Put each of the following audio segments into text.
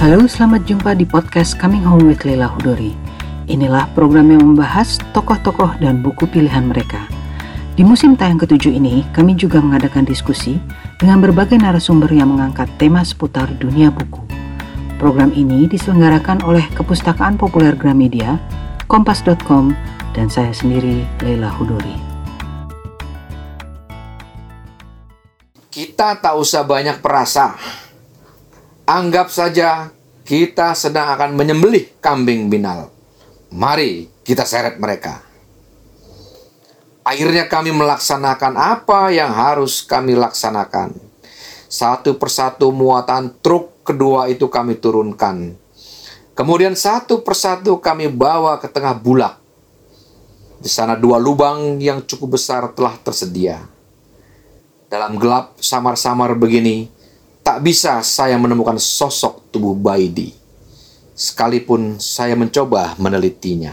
Halo, selamat jumpa di podcast Coming Home with Leila Hudori. Inilah program yang membahas tokoh-tokoh dan buku pilihan mereka. Di musim tayang ke-7 ini, kami juga mengadakan diskusi dengan berbagai narasumber yang mengangkat tema seputar dunia buku. Program ini diselenggarakan oleh Kepustakaan Populer Gramedia, Kompas.com, dan saya sendiri, Leila Hudori. Kita tak usah banyak perasa. Anggap saja kita sedang akan menyembelih kambing binal. Mari kita seret mereka. Akhirnya kami melaksanakan apa yang harus kami laksanakan. Satu persatu muatan truk kedua itu kami turunkan. Kemudian satu persatu kami bawa ke tengah bulak. Di sana 2 lubang yang cukup besar telah tersedia. Dalam gelap samar-samar begini, tak bisa saya menemukan sosok tubuh Baidi, sekalipun saya mencoba menelitinya.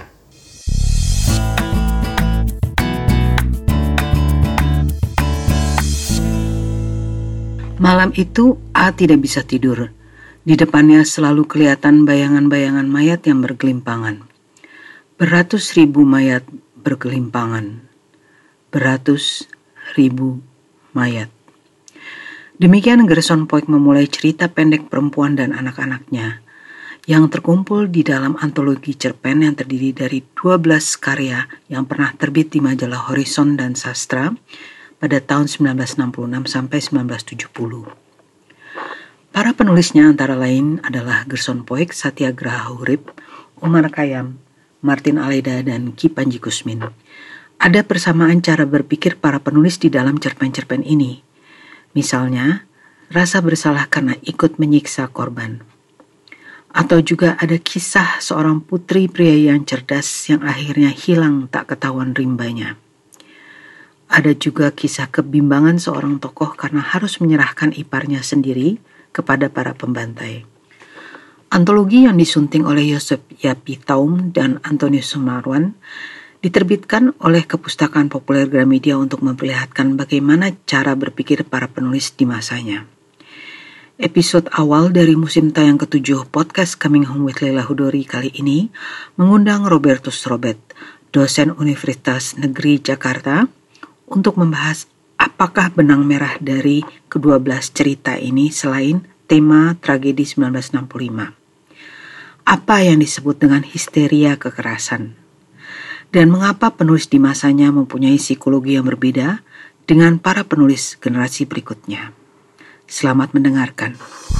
Malam itu, A tidak bisa tidur. Di depannya selalu kelihatan bayangan-bayangan mayat yang bergelimpangan. Beratus ribu mayat bergelimpangan. Beratus ribu mayat. Demikian Gerson Poik memulai cerita pendek perempuan dan anak-anaknya yang terkumpul di dalam antologi cerpen yang terdiri dari 12 karya yang pernah terbit di majalah Horizon dan Sastra pada tahun 1966 sampai 1970. Para penulisnya antara lain adalah Gerson Poik, Satyagraha Hurip, Umar Khayyam, Martin Aleda, dan Ki Panji Kusmin. Ada persamaan cara berpikir para penulis di dalam cerpen-cerpen ini. Misalnya, rasa bersalah karena ikut menyiksa korban. Atau juga ada kisah seorang putri pria yang cerdas yang akhirnya hilang tak ketahuan rimbanya. Ada juga kisah kebimbangan seorang tokoh karena harus menyerahkan iparnya sendiri kepada para pembantai. Antologi yang disunting oleh Yosef Yapitaum dan Antonius Sumarwan diterbitkan oleh Kepustakaan Populer Gramedia untuk memperlihatkan bagaimana cara berpikir para penulis di masanya. Episode awal dari musim tayang ke-7 podcast Coming Home with Leila Hudori kali ini mengundang Robertus Robert, dosen Universitas Negeri Jakarta, untuk membahas apakah benang merah dari ke-12 cerita ini selain tema tragedi 1965. Apa yang disebut dengan histeria kekerasan? Dan mengapa penulis di masanya mempunyai psikologi yang berbeda dengan para penulis generasi berikutnya. Selamat mendengarkan.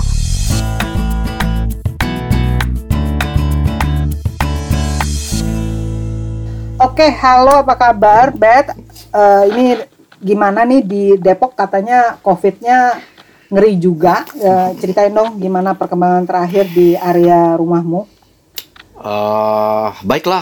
Oke, halo, apa kabar, Bet? Ini gimana nih di Depok, katanya COVID-nya ngeri juga. Ceritain dong gimana perkembangan terakhir di area rumahmu. Baiklah.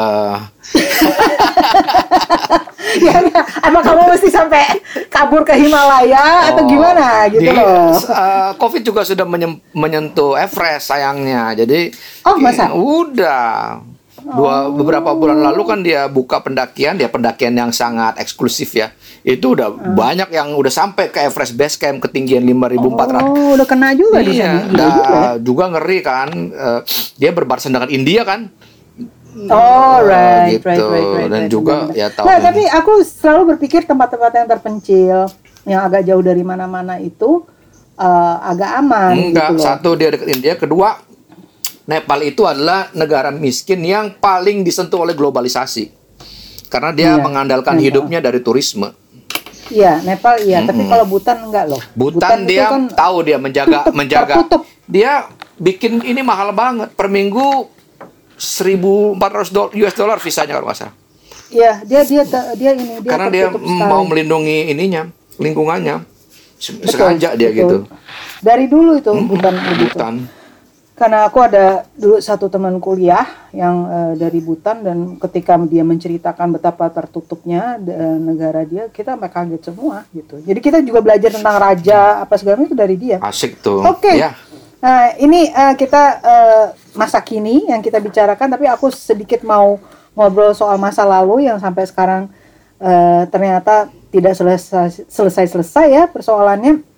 Ya, emang kamu mesti sampai kabur ke Himalaya atau gimana gitu loh? COVID juga sudah menyentuh Everest sayangnya. Jadi, masa? Udah. Beberapa bulan lalu kan dia buka pendakian yang sangat eksklusif ya. Itu udah banyak yang udah sampai ke Everest Base Camp ketinggian 5.400. Oh, udah kena juga di sana. Juga ngeri kan. Dia berbatasan dengan India kan. Right. Dan juga ya tahu. Nah, tapi aku selalu berpikir tempat-tempat yang terpencil, yang agak jauh dari mana-mana itu agak aman. Enggak, gitu loh. satu dia dekat India, kedua Nepal itu adalah negara miskin yang paling disentuh oleh globalisasi. Karena dia mengandalkan Nepal hidupnya dari turisme. Iya, Nepal iya, tapi kalau Bhutan enggak loh. Bhutan dia kan tahu dia menjaga. Tertutup. Dia bikin ini mahal banget. Per minggu $1.400 visanya kalau nggak salah. Iya, dia ini dia karena dia mau melindungi lingkungannya. Sengaja dia gitu. Dari dulu itu Bhutan. Karena aku ada dulu satu teman kuliah yang dari Bhutan, dan ketika dia menceritakan betapa tertutupnya negara dia, kita sampai kaget semua gitu. Jadi kita juga belajar tentang raja apa segala itu dari dia. Asik tuh. Oke. Ya. Nah, ini kita masa kini yang kita bicarakan, tapi aku sedikit mau ngobrol soal masa lalu yang sampai sekarang ternyata tidak selesai ya persoalannya.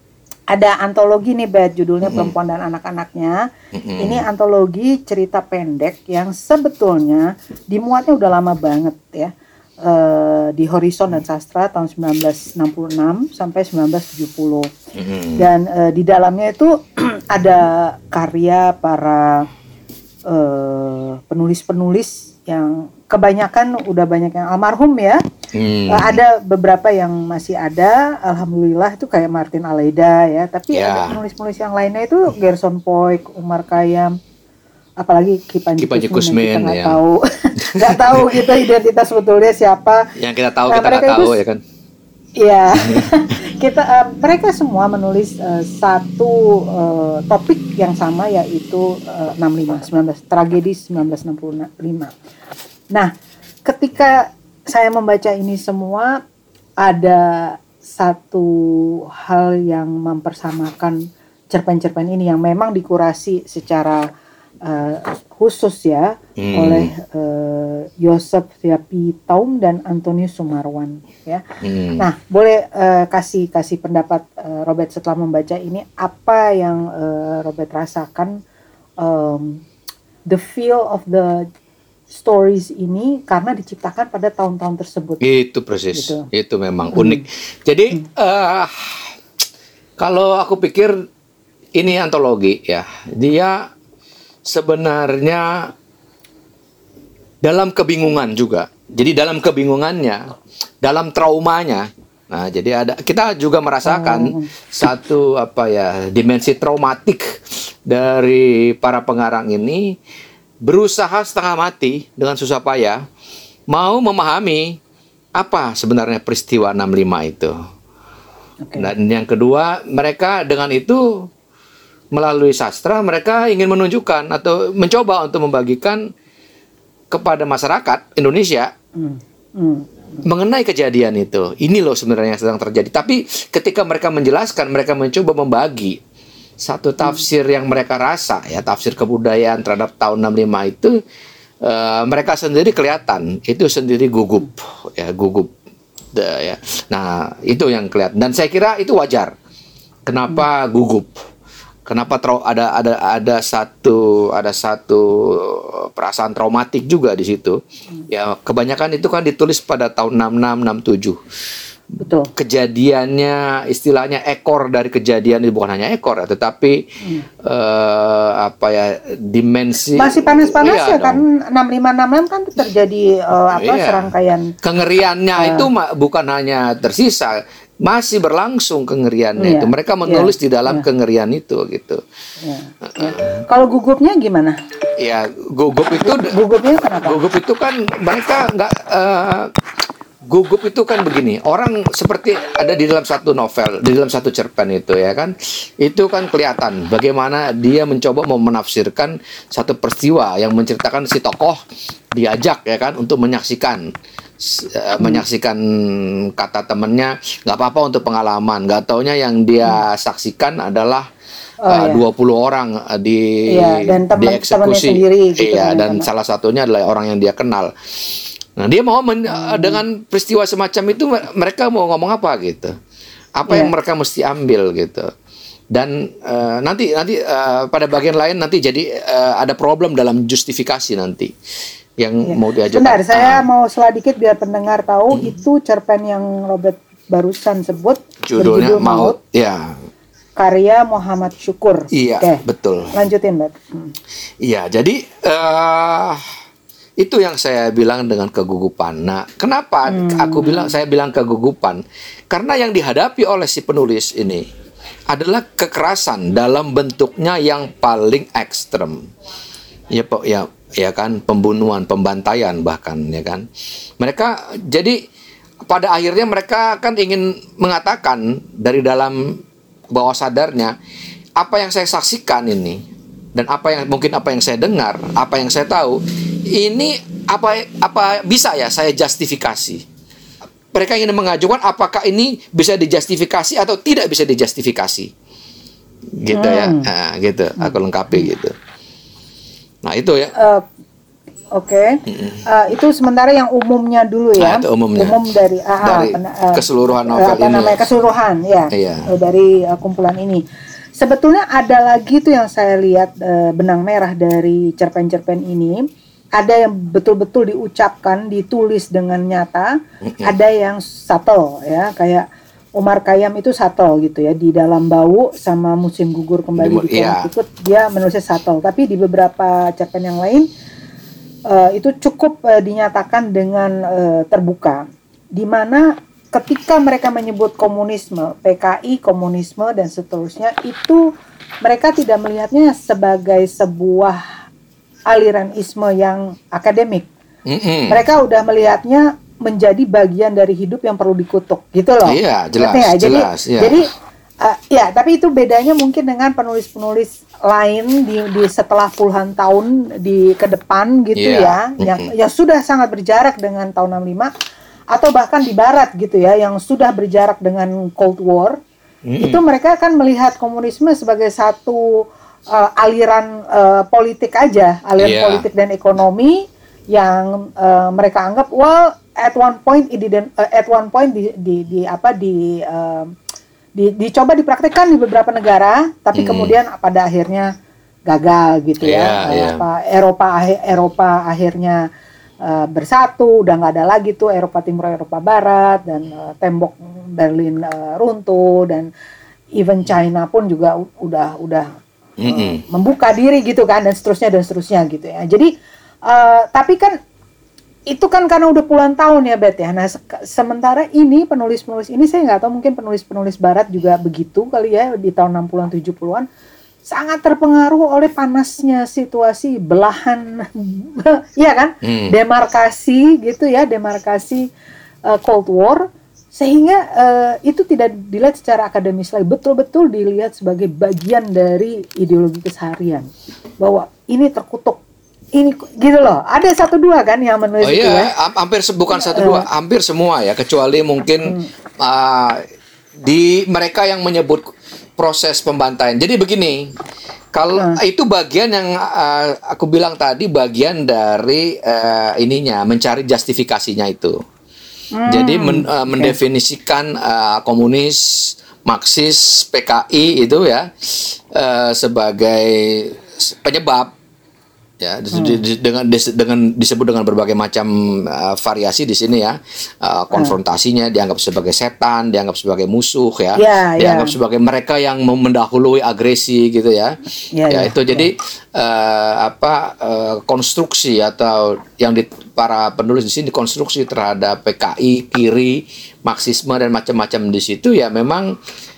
ada antologi nih, Bet, judulnya Perempuan dan Anak-anaknya. Ini antologi cerita pendek yang sebetulnya dimuatnya udah lama banget ya. Di Horizon dan Sastra tahun 1966 sampai 1970. Dan di dalamnya itu ada karya para penulis-penulis yang kebanyakan udah banyak yang almarhum ya. Ada beberapa yang masih ada, alhamdulillah, itu kayak Martin Aleida ya. Tapi ada penulis-penulis yang lainnya itu Gerson Poyk, Umar Khayyam, apalagi Ki Panji Kusmin, kita nggak tahu, nggak tahu gitu identitas sebetulnya siapa. Yang kita tahu kita nggak tahu ya kan. Iya, mereka semua menulis satu topik yang sama, yaitu tragedi 1965. Nah, ketika saya membaca ini semua, ada satu hal yang mempersamakan cerpen-cerpen ini yang memang dikurasi secara khusus ya oleh Joseph Yapi Taum dan Antonius Sumarwan ya. Nah, boleh kasih pendapat Robert setelah membaca ini, apa yang Robert rasakan, the feel of the stories ini karena diciptakan pada tahun-tahun tersebut. Itu persis, gitu. Itu memang unik. Jadi kalau aku pikir ini antologi ya, dia sebenarnya dalam kebingungan juga. Jadi dalam kebingungannya, dalam traumanya. Nah, jadi kita juga merasakan satu dimensi traumatik dari para pengarang ini, berusaha setengah mati dengan susah payah mau memahami apa sebenarnya peristiwa 65 itu. Dan yang kedua, mereka dengan itu melalui sastra mereka ingin menunjukkan atau mencoba untuk membagikan kepada masyarakat Indonesia mengenai kejadian itu. Ini loh sebenarnya yang sedang terjadi. Tapi ketika mereka menjelaskan, mereka mencoba membagi satu tafsir yang mereka rasa ya, tafsir kebudayaan terhadap tahun 65 itu, mereka sendiri kelihatan itu sendiri gugup ya, ya. Nah, itu yang kelihatan, dan saya kira itu wajar. Kenapa gugup? Kenapa ada satu perasaan traumatik juga di situ. Ya, kebanyakan itu kan ditulis pada tahun 66 67. Betul. Kejadiannya, istilahnya ekor dari kejadian itu bukan hanya ekor ya, tetapi dimensi masih panas-panas ya kan. 65 kan terjadi serangkaian kengeriannya itu bukan hanya tersisa, masih berlangsung kengeriannya itu. Mereka menulis di dalam kengerian itu gitu. Kalau gugupnya gimana? Ya, gugupnya kenapa? Gugup itu kan mereka nggak gugup itu kan begini, orang seperti ada di dalam satu novel, di dalam satu cerpen itu ya kan, itu kan kelihatan bagaimana dia mencoba menafsirkan satu peristiwa yang menceritakan si tokoh diajak ya kan untuk menyaksikan kata temannya, nggak apa-apa untuk pengalaman, nggak taunya yang dia saksikan adalah 20 orang dieksekusi sendiri, gitu, dan salah satunya adalah orang yang dia kenal. Nah, dia mau dengan peristiwa semacam itu mereka mau ngomong apa gitu, apa yang mereka mesti ambil gitu. Dan nanti pada bagian lain nanti jadi ada problem dalam justifikasi nanti yang mau diajarkan. Benar, saya mau sedikit biar pendengar tahu, itu cerpen yang Robert barusan sebut judulnya Maut ya, karya Muhammad Syukur. Iya, betul. Lanjutin, Mbak. Iya, jadi itu yang saya bilang dengan kegugupan. Nah, kenapa saya bilang kegugupan? Karena yang dihadapi oleh si penulis ini adalah kekerasan dalam bentuknya yang paling ekstrem. Ya kan, pembunuhan, pembantaian bahkan ya kan. Mereka jadi pada akhirnya mereka kan ingin mengatakan dari dalam bawah sadarnya, apa yang saya saksikan ini dan apa yang saya dengar, apa yang saya tahu, ini apa bisa ya saya justifikasi. Mereka ingin mengajukan apakah ini bisa dijustifikasi atau tidak bisa dijustifikasi. Gitu ya. Nah, gitu. Aku lengkapi gitu. Nah, itu ya. Oke. Itu sementara yang umumnya dulu ya. Itu umumnya. Umum dari keseluruhan novel apa ini. namanya keseluruhan ya. Iya. Dari kumpulan ini. Sebetulnya ada lagi tuh yang saya lihat benang merah dari cerpen-cerpen ini. Ada yang betul-betul diucapkan, ditulis dengan nyata. Ada yang subtle ya, kayak Umar Khayyam itu subtle gitu ya, di Dalam Bau sama Musim Gugur Kembali di Connecticut dia menulisnya subtle. Tapi di beberapa cerpen yang lain itu cukup dinyatakan dengan terbuka, di mana ketika mereka menyebut komunisme, PKI, komunisme dan seterusnya, itu mereka tidak melihatnya sebagai sebuah aliran isme yang akademik. Mereka udah melihatnya menjadi bagian dari hidup yang perlu dikutuk, gitu loh. Iya, jelas. Ya? Jelas, jadi ya, tapi itu bedanya mungkin dengan penulis-penulis lain di setelah puluhan tahun ke depan gitu ya, yang sudah sangat berjarak dengan tahun 65 atau bahkan di barat gitu ya, yang sudah berjarak dengan Cold War. Itu mereka akan melihat komunisme sebagai satu aliran politik aja, aliran politik dan ekonomi yang mereka anggap at one point dicoba dipraktekkan di beberapa negara, tapi kemudian pada akhirnya gagal gitu ya. Eropa akhirnya bersatu, udah nggak ada lagi tuh Eropa Timur, Eropa Barat, dan tembok Berlin runtuh, dan even China pun juga udah membuka diri gitu kan, dan seterusnya gitu ya. Jadi tapi kan itu kan karena udah puluhan tahun ya, Bet ya. Nah, sementara ini penulis-penulis ini, saya nggak tahu, mungkin penulis-penulis barat juga begitu kali ya, di tahun 60-an 70-an sangat terpengaruh oleh panasnya situasi belahan iya kan? Demarkasi gitu ya, demarkasi Cold War, sehingga itu tidak dilihat secara akademis lagi, betul-betul dilihat sebagai bagian dari ideologi keseharian, bahwa ini terkutuk. Ini gitu loh, ada 1-2 kan yang menulis itu ya. Hampir bukan 1-2, hampir semua ya, kecuali mungkin di mereka yang menyebut proses pembantaian. Jadi begini, kalau itu bagian yang aku bilang tadi, bagian dari mencari justifikasinya itu. Jadi mendefinisikan komunis, Marxis, PKI itu ya sebagai penyebab. Ya, dengan disebut dengan berbagai macam variasi di sini ya. Konfrontasinya dianggap sebagai setan, dianggap sebagai musuh ya, dianggap sebagai mereka yang mendahului agresi gitu ya. Itu jadi konstruksi atau yang para penulis di sini konstruksi terhadap PKI, kiri, Marxisme dan macam-macam di situ ya, memang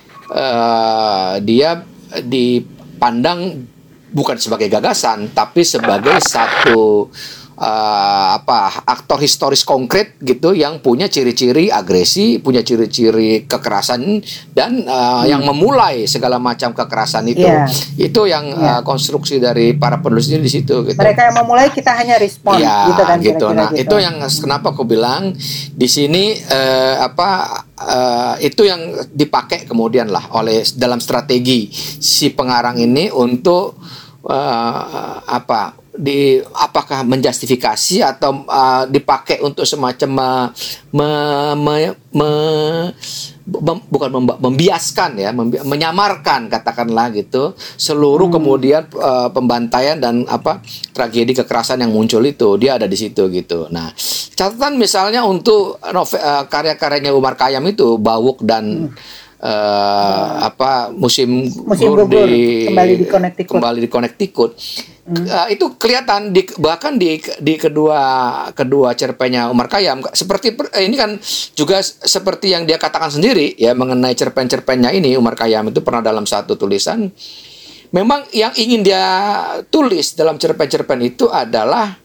dia dipandang bukan sebagai gagasan, tapi sebagai satu aktor historis konkret gitu, yang punya ciri-ciri agresi, punya ciri-ciri kekerasan, dan yang memulai segala macam kekerasan itu. Itu yang konstruksi dari para penulis ini di situ. Gitu. Mereka yang memulai, kita hanya respon. Gitu kan. Gitu. Nah, itu yang kenapa aku bilang di sini itu yang dipakai kemudian lah oleh dalam strategi si pengarang ini untuk apakah menjustifikasi atau dipakai untuk semacam bukan membiaskan ya, menyamarkan katakanlah gitu seluruh kemudian pembantaian dan tragedi kekerasan yang muncul itu, dia ada di situ gitu. Nah, catatan misalnya untuk karya-karyanya Umar Khayyam itu, Bawuk dan musim gugur kembali di Connecticut. Itu kelihatan bahkan di kedua cerpennya Umar Khayyam, seperti ini kan juga seperti yang dia katakan sendiri ya mengenai cerpen-cerpennya ini. Umar Khayyam itu pernah dalam satu tulisan, memang yang ingin dia tulis dalam cerpen-cerpen itu adalah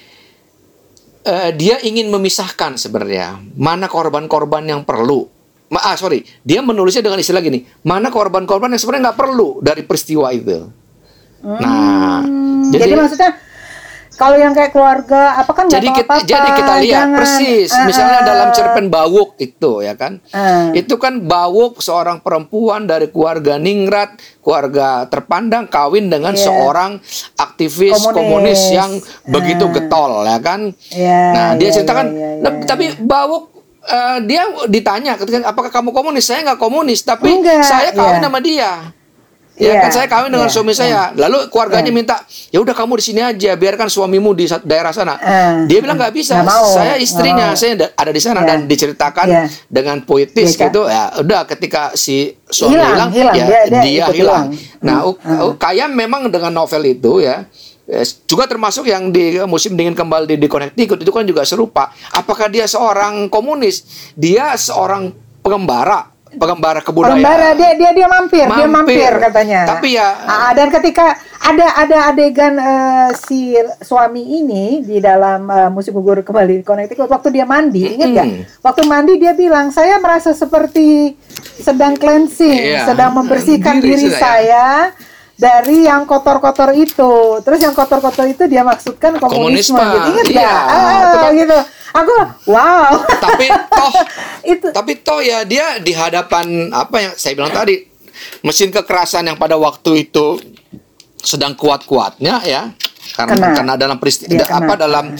dia ingin memisahkan sebenarnya mana korban-korban yang perlu. Dia menulisnya dengan istilah gini, mana korban-korban yang sebenarnya nggak perlu dari peristiwa itu. Nah, jadi maksudnya Kalau yang kayak keluarga apa kan nggak apa-apa. Jadi kita lihat jangan. persis, misalnya dalam cerpen Bawuk itu ya kan, itu kan Bawuk seorang perempuan dari keluarga ningrat, keluarga terpandang, kawin dengan seorang aktivis komunis yang begitu getol ya kan. Nah dia ceritakan, tapi Bawuk dia ditanya, apakah kamu komunis? Saya nggak komunis, tapi saya kawin sama dia. Ya kan saya kawin dengan suami saya. Lalu keluarganya minta, ya udah kamu di sini aja, biarkan suamimu di daerah sana. Dia bilang nggak bisa. Saya istrinya, saya ada di sana dan diceritakan dengan puitis gitu. Ya udah ketika si suami hilang, ya dia hilang. Nah, Kayam memang dengan novel itu ya juga termasuk yang di Musim Dingin Kembali di Connecticut itu kan juga serupa. Apakah dia seorang komunis? Dia seorang pengembara kebudayaan. Dia mampir katanya. Tapi ya dan ketika ada adegan si suami ini di dalam Musim Gugur Kembali Connecticut waktu dia mandi, ingat nggak? Waktu mandi dia bilang, saya merasa seperti sedang cleansing, sedang membersihkan diri saya dari yang kotor-kotor itu. Terus yang kotor-kotor itu dia maksudkan komunisme. Gitu. Ingat nggak? Gitu. Aku wow. Tapi toh ya dia di hadapan apa yang saya bilang tadi, mesin kekerasan yang pada waktu itu sedang kuat-kuatnya ya, karena dalam dalam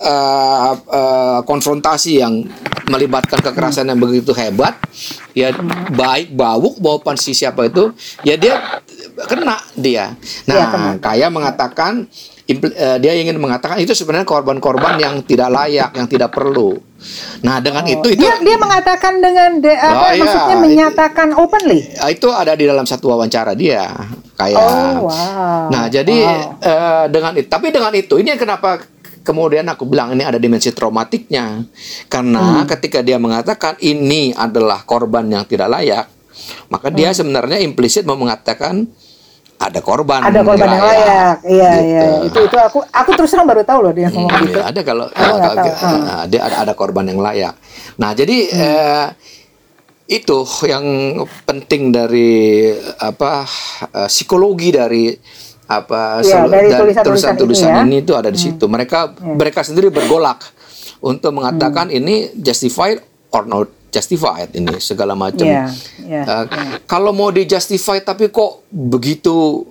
konfrontasi yang melibatkan kekerasan yang begitu hebat ya, baik Bawuk maupun si siapa itu ya dia kena dia. Nah, Kaya mengatakan dia ingin mengatakan itu sebenarnya korban-korban yang tidak layak, yang tidak perlu. Nah, dengan itu dia mengatakan dengan maksudnya menyatakan openly. Itu ada di dalam satu wawancara dia, kayak. Nah, jadi dengan itu, tapi dengan itu ini kenapa kemudian aku bilang ini ada dimensi traumatiknya. Karena ketika dia mengatakan ini adalah korban yang tidak layak, maka dia sebenarnya implisit mau mengatakan ada korban yang layak. Iya. Itu aku terus terang baru tahu loh dia ngomong gitu. Ada kalau dia ada korban yang layak. Nah, jadi itu yang penting dari psikologi dari dari tulisan-tulisan ini itu ada di situ. Mereka sendiri bergolak untuk mengatakan ini justified or not justified, ini segala macam. Kalau mau di justify tapi kok begitu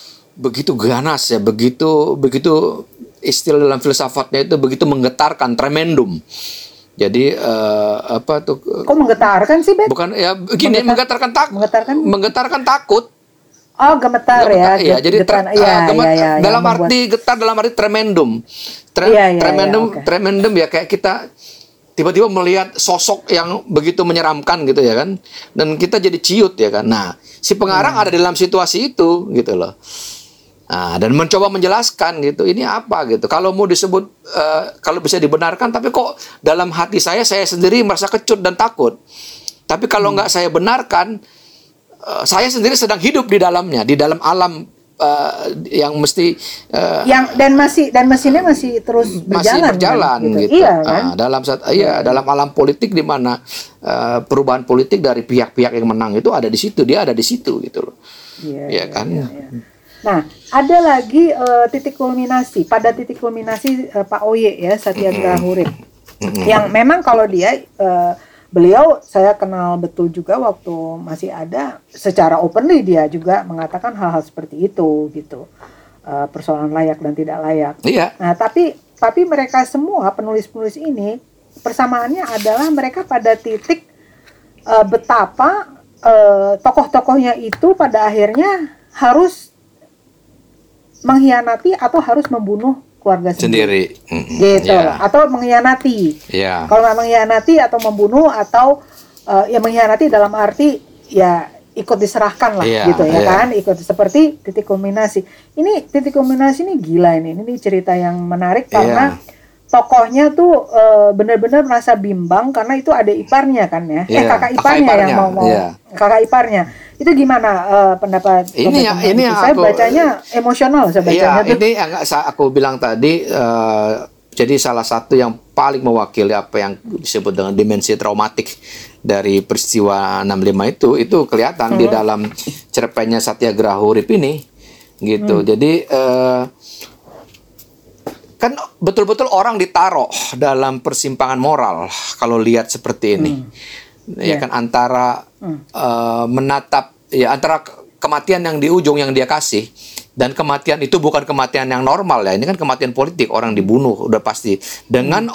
ganas ya, begitu istilah dalam filsafatnya itu begitu menggetarkan, tremendum. Jadi Kok menggetarkan sih, Bet? Bukan ya begini, menggetarkan takut. Oh, gemetar ya. Iya, jadi dalam arti getar, dalam arti tremendum. Tremendum ya kayak kita tiba-tiba melihat sosok yang begitu menyeramkan gitu ya kan, dan kita jadi ciut ya kan. Nah, si pengarang ada dalam situasi itu gitu loh. Nah, dan mencoba menjelaskan gitu, ini apa gitu. Kalau mau disebut kalau bisa dibenarkan, tapi kok dalam hati saya sendiri merasa kecut dan takut. Tapi kalau nggak saya benarkan, saya sendiri sedang hidup di dalamnya, di dalam alam yang mesti dan mesinnya masih terus berjalan kan? Gitu. Iya kan? Dalam alam politik di mana perubahan politik dari pihak-pihak yang menang itu ada di situ, dia ada di situ gitu loh. Iya kan? Nah, ada lagi titik kulminasi. Pada titik kulminasi Pak Oye ya, Satyagraha Urip. Yang memang kalau dia beliau saya kenal betul juga waktu masih ada, secara openly dia juga mengatakan hal-hal seperti itu gitu, persoalan layak dan tidak layak. Nah, tapi mereka semua penulis-penulis ini persamaannya adalah mereka pada titik betapa tokoh-tokohnya itu pada akhirnya harus mengkhianati atau harus membunuh keluarga sendiri. Gitu loh. Atau mengkhianati. Kalau nggak mengkhianati atau membunuh atau ya mengkhianati dalam arti ya ikut diserahkan lah gitu ya kan, ikut seperti titik kulminasi. Ini titik kulminasi ini gila ini cerita yang menarik karena tokohnya tuh benar-benar merasa bimbang karena itu ada iparnya kan ya. Kakak iparnya yang mau kakak iparnya. Itu gimana pendapat ini yang saya bacanya emosional saya bacanya tuh. Ini yang aku bilang tadi, jadi salah satu yang paling mewakili apa yang disebut dengan dimensi traumatik dari peristiwa 65 itu kelihatan di dalam cerpennya Satyagraha Urip ini gitu. Jadi kan betul-betul orang ditaruh dalam persimpangan moral kalau lihat seperti ini. Ya kan, antara menatap, ya antara kematian yang di ujung yang dia kasih, dan kematian itu bukan kematian yang normal ya, ini kan kematian politik, orang dibunuh udah pasti dengan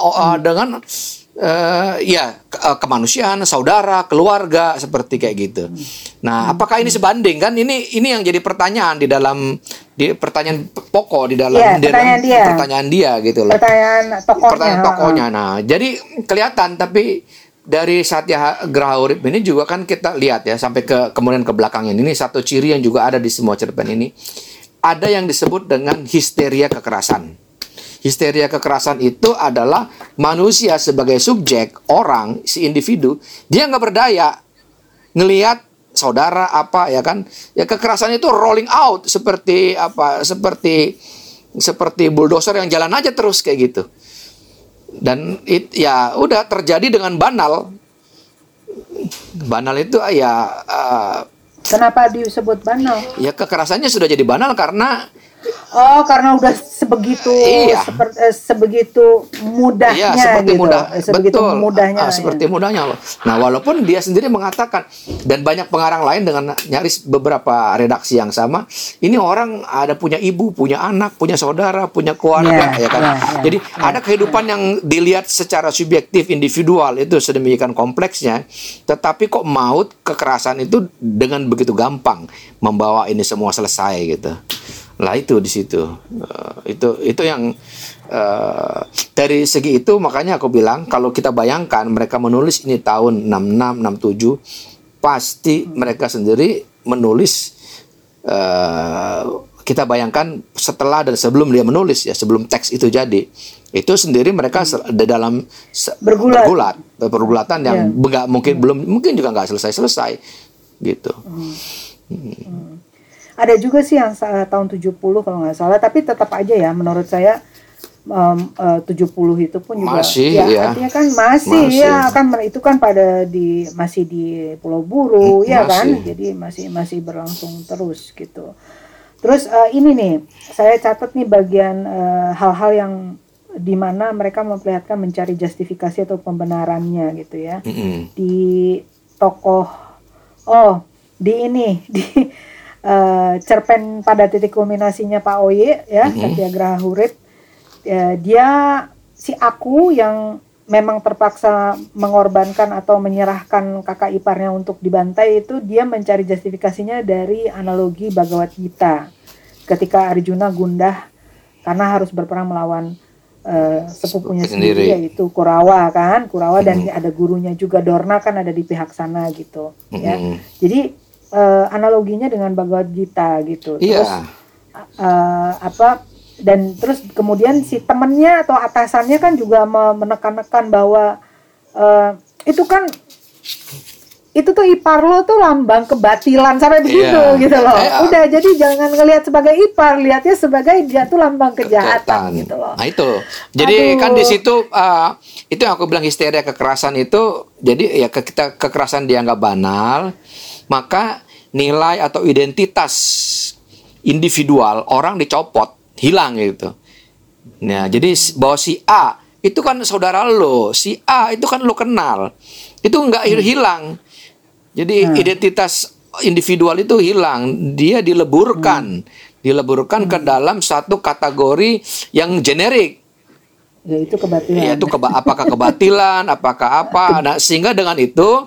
kemanusiaan, saudara, keluarga, seperti kayak gitu. Nah, apakah ini sebanding kan? Ini yang jadi pertanyaan di pertanyaan pokok di dalam pertanyaan dia gitu loh. Pertanyaan tokohnya. Nah, jadi kelihatan, tapi dari Satyagraha Urip ini juga kan kita lihat ya, sampai kemudian ke belakangnya ini satu ciri yang juga ada di semua cerpen ini. Ada yang disebut dengan histeria kekerasan. Histeria kekerasan itu adalah manusia sebagai subjek, orang, si individu, dia nggak berdaya ngelihat saudara apa ya kan, ya kekerasan itu rolling out seperti bulldozer yang jalan aja terus kayak gitu. Dan ya udah terjadi dengan banal. Banal itu kenapa disebut banal? Ya kekerasannya sudah jadi banal karena karena udah sebegitu mudahnya seperti mudahnya loh. Nah, walaupun dia sendiri mengatakan, dan banyak pengarang lain dengan nyaris beberapa redaksi yang sama, ini orang ada punya ibu, punya anak, punya saudara, punya keluarga, Jadi ada kehidupan yang dilihat secara subjektif, individual, itu sedemikian kompleksnya, tetapi kok maut, kekerasan itu dengan begitu gampang membawa ini semua selesai gitu. Lah itu di situ. Itu yang dari segi itu makanya aku bilang, kalau kita bayangkan mereka menulis ini tahun 66, 67, pasti mereka sendiri menulis, kita bayangkan setelah dan sebelum dia menulis ya, sebelum teks itu jadi. Itu sendiri mereka dalam pergulatan yang mungkin juga nggak selesai gitu. Ada juga sih yang tahun 70 kalau nggak salah, tapi tetap aja ya menurut saya 70 itu pun juga artinya kan masih ya kan, itu kan masih di Pulau Buru ya kan, jadi masih berlangsung terus gitu. Terus ini nih saya catat nih bagian hal-hal yang dimana mereka memperlihatkan mencari justifikasi atau pembenarannya gitu ya. Di tokoh cerpen pada titik kulminasinya Pak Oye ya, Satyagraha Urip, dia si Aku yang memang terpaksa mengorbankan atau menyerahkan kakak iparnya untuk dibantai, itu dia mencari justifikasinya dari analogi Bhagavad Gita ketika Arjuna gundah karena harus berperang melawan sepupunya sendiri yaitu Kurawa dan ada gurunya juga Dorna kan ada di pihak sana gitu ya. Jadi analoginya dengan Bhagavad Gita gitu. Terus dan terus kemudian si temannya atau atasannya kan juga menekan-nekan bahwa itu tuh ipar lo tuh lambang kebatilan sampai begitu gitu loh. Udah, jadi jangan ngelihat sebagai ipar, lihatnya sebagai dia tuh lambang kejahatan gitu loh. Nah itu. Jadi kan di situ itu yang aku bilang histeria kekerasan itu. Jadi ya kekerasan dianggap banal, maka nilai atau identitas individual orang dicopot, hilang gitu. Nah, jadi bahwa si A itu kan saudara lo, si A itu kan lo kenal, itu nggak hilang. Jadi identitas individual itu hilang, dia dileburkan ke dalam satu kategori yang generik. Yaitu kebatilan. Yaitu apakah kebatilan, apakah apa. Nah, sehingga dengan itu